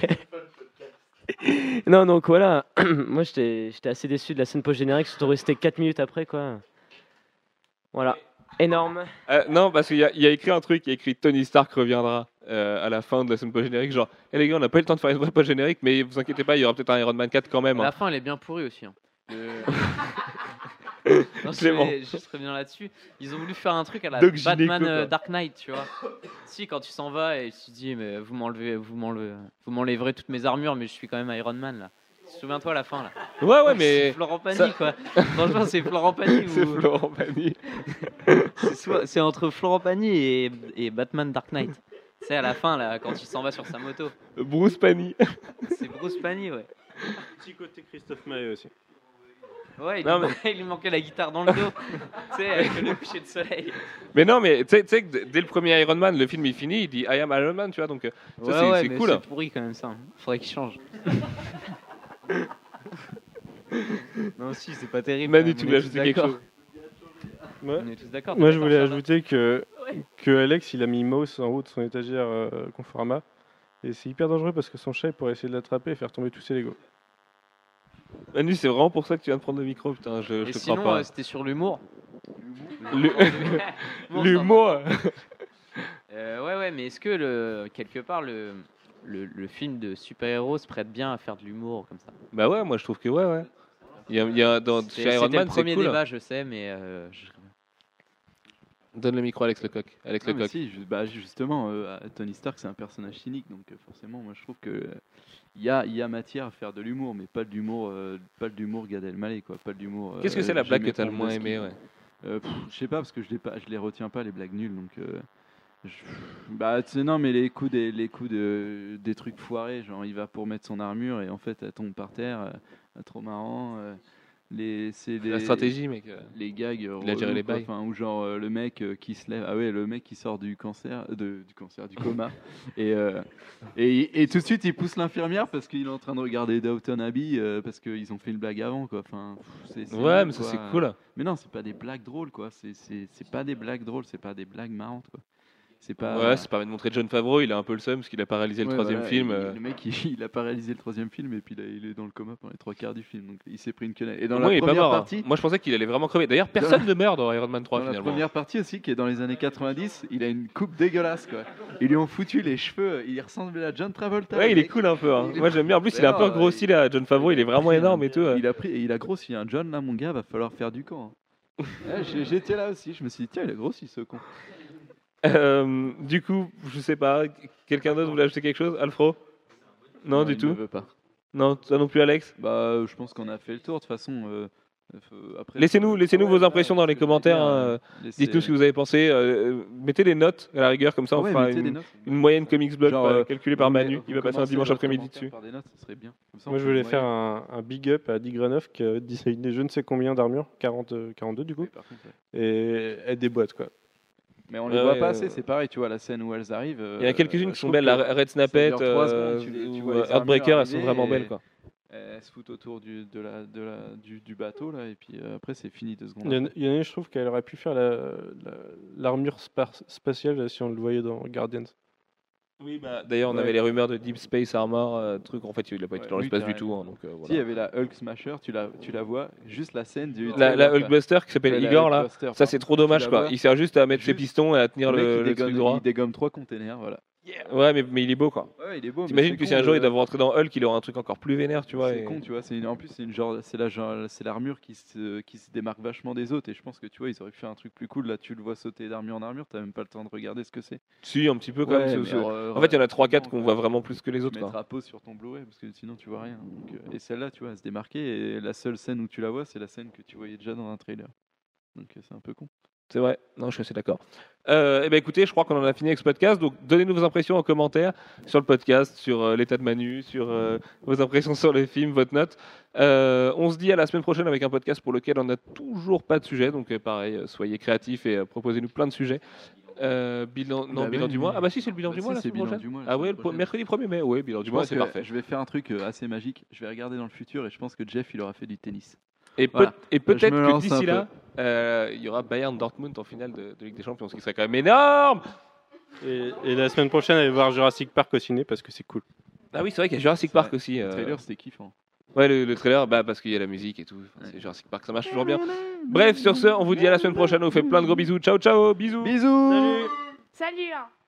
non, donc voilà. Moi, j'étais assez déçu de la scène post-générique, surtout resté 4 minutes après, quoi. Voilà. Énorme. Non, parce qu'il y a écrit un truc, il y a écrit Tony Stark reviendra à la fin de la scène post-générique. Genre, les gars, on n'a pas eu le temps de faire une vraie post-générique, mais vous inquiétez pas, il y aura peut-être un Iron Man 4 quand même. La Hein. fin, elle est bien pourrie aussi. Hein. Non, Clément. je vais juste revenir là-dessus. Ils ont voulu faire un truc à la Doc Batman Gynéco, quoi. Dark Knight, tu vois. Si, quand tu s'en vas et tu te dis, mais vous m'enlèverez toutes mes armures, mais je suis quand même Iron Man là. Souviens-toi à la fin là. Ouais, C'est mais. Florent Pagny ça- quoi. Franchement, c'est Florent Pagny. C'est ou- Florent Pagny. c'est entre Florent Pagny et Batman Dark Knight. Tu sais, à la fin là, quand il s'en va sur sa moto. Bruce Pagny. C'est Bruce Pagny, ouais. Petit côté Christophe Maé aussi. Ouais, Non, il lui manquait la guitare dans le dos. Tu sais, avec le coucher de soleil. Mais non, mais tu sais que dès le premier Iron Man, le film il finit, il dit I am Iron Man, tu vois, donc ça, c'est mais cool. c'est pourri quand même ça. Faudrait qu'il change. Non, si, c'est pas terrible. Manu, quand tu même, on voulais est tous ajouter quelque d'accord. chose Ouais. On est tous d'accord. Moi, t'es je d'accord, voulais Charlotte ajouter que Alex, il a mis Mouse en haut de son étagère Conforama. Et c'est hyper dangereux parce que son chat il pourrait essayer de l'attraper et faire tomber tous ses Legos. Manu, c'est vraiment pour ça que tu viens de prendre le micro, putain, je Et te sinon, crois pas. c'était sur l'humour. L'humour. Ouais, mais est-ce que quelque part le film de super-héros se prête bien à faire de l'humour comme ça? Bah ouais, moi je trouve que ouais. Il y a chez Iron C'était Man, le c'est premier cool. débat, je sais, mais Donne le micro à Alex Lecoq. Alex Non, mais Lecoq. si, justement, Tony Stark c'est un personnage cynique, donc forcément, moi je trouve que il y a matière à faire de l'humour, mais pas de l'humour Gad Elmaleh, quoi, pas de l'humour. Qu'est-ce que c'est la blague que Jamie t'as le moins Kandowski. aimé, ouais. Je sais pas parce que je les retiens pas les blagues nulles, donc. Bah tu sais, non, mais les coups des trucs foirés, genre il va pour mettre son armure et en fait elle tombe par terre, trop marrant. C'est La stratégie, mec. les gags Il a géré relous, les quoi. bails. Enfin, ou genre le mec qui se lève, le mec qui sort du coma et tout de suite il pousse l'infirmière parce qu'il est en train de regarder Downton Abbey parce qu'ils ont fait une blague avant, quoi. Enfin, c'est Ouais, nul, mais ça quoi. c'est cool. Mais non, c'est pas des blagues drôles, quoi. C'est pas des blagues drôles, c'est pas des blagues marrantes, quoi. C'est pas. Ouais, ça permet de montrer John Favreau, il a un peu le seum parce qu'il a pas réalisé le Ouais, troisième voilà, film. Le mec, il a pas réalisé le troisième film et puis il est dans le coma pendant les 3 quarts du film, donc il s'est pris une quenelle. Et dans Au moins, la il est pas première mort. Hein. partie, Moi je pensais qu'il allait vraiment crever. D'ailleurs, personne ne meurt dans Iron Man 3 dans la finalement. première partie aussi, qui est dans les années 90, il a une coupe dégueulasse, quoi. Ils lui ont foutu les cheveux, il ressemble à John Travolta. Ouais, le il est mec. cool un peu. Hein. Il est- Moi j'aime bien. En plus, il est un peu D'ailleurs, grossi là. John Favreau, il est vraiment énorme et tout. Il a grossi, un John là, mon gars, va falloir faire du camp. Hein. Ouais, j'étais là aussi, je me suis dit, tiens, il a grossi ce con. Du coup, je sais pas. Quelqu'un d'autre voulait ajouter quelque chose, Alfro? Non, du il tout. ne veut pas. Non, toi non plus, Alex. Bah, je pense qu'on a fait le tour, de toute façon. Après, Laissez-nous vos impressions dans les commentaires. Hein. laissez- Dites-nous ce que vous avez pensé. Mettez des notes à la rigueur, comme ça on Ouais, fera mettez des une notes. moyenne Comics Blog Genre, calculée par vous Manu met- qui vous va passer un commencez dimanche leur après-midi commentaire dessus. par des notes, ce serait bien. Comme ça, on Moi, je peut voulais le faire moyenner. un big up à Digranoff qui a designé je ne sais combien d'armures, 42 du coup, Oui, par contre, ouais. et elle déboîte quoi. Mais on les Ouais, voit ouais, pas assez, c'est pareil, tu vois, la scène où elles arrivent. Il y en a quelques-unes qui je sont trouve belles. La que Red Snappet ça dure 3 secondes, tu ou vois les armures Heartbreaker, elles sont arriver vraiment et- belles quoi. Elles se foutent autour du bateau, là, et puis après, c'est fini 2 secondes. Il y en a une, je trouve qu'elle aurait pu faire l'armure spatiale là, si on le voyait dans Guardians. Oui, bah, d'ailleurs, on Ouais. avait les rumeurs de Deep Space Armor, truc. En fait, il a pas été Ouais, dans lui, l'espace t'as du tout. raison. Hein, donc, Si, il y voilà. avait la Hulk Smasher, tu la vois, juste la scène du. La trailer, quoi. Hulkbuster qui s'appelle Ouais, la Igor là. Hulkbuster, Ça, c'est trop tu dommage la quoi. vois. Il sert juste à mettre ses Juste- pistons et à tenir Le mec, le truc droit. il dégomme 3 containers, voilà. Ouais, mais il est beau quoi. Ouais, il est beau. mais T'imagines c'est que si con un jour de- il doit rentrer dans Hulk, il aura un truc encore plus vénère, tu vois. C'est et- con, tu vois. En plus, c'est l'armure qui se démarque vachement des autres. Et je pense que tu vois, ils auraient fait un truc plus cool. Là, tu le vois sauter d'armure en armure. T'as même pas le temps de regarder ce que c'est. Si, un petit peu quand même. Ouais, mais En fait, il y en a 3-4 qu'on voit vraiment plus que les autres. Mettre Quoi. à pause sur ton Blu-ray parce que sinon tu vois rien. Donc, et celle-là, tu vois, elle se démarquait. Et la seule scène où tu la vois, c'est la scène que tu voyais déjà dans un trailer. Donc c'est un peu con. C'est vrai, non, je suis assez d'accord. Eh ben écoutez, je crois qu'on en a fini avec ce podcast. Donc donnez-nous vos impressions en commentaire sur le podcast, sur l'état de Manu, sur vos impressions sur le film, votre note. On se dit à la semaine prochaine avec un podcast pour lequel on n'a toujours pas de sujet. Donc pareil, soyez créatifs et proposez-nous plein de sujets. Bilan, non, Bah bilan oui. du mois. Ah bah si, c'est le bilan Bah du si, mois la c'est semaine bilan prochaine. du mois, la Ah ouais, semaine prochaine. mercredi 1er mai. Ouais, bilan du Je mois, pense c'est que parfait. je vais faire un truc assez magique. Je vais regarder dans le futur et je pense que Jeff, il aura fait du tennis. Et, Voilà. et peut-être Je me que lance un d'ici peu. là, il y aura Bayern Dortmund en finale de Ligue des Champions, ce qui serait quand même énorme. Et la semaine prochaine, allez voir Jurassic Park au ciné parce que c'est cool. Ah oui, c'est vrai qu'il y a Jurassic Park aussi. Le trailer, c'était kiffant. Ouais, le trailer, bah, parce qu'il y a la musique et tout. Enfin, c'est Jurassic Park, ça marche toujours bien. Bref, sur ce, on vous dit à la semaine prochaine. On vous fait plein de gros bisous. Ciao, ciao, bisous. Bisous. Salut. Salut hein.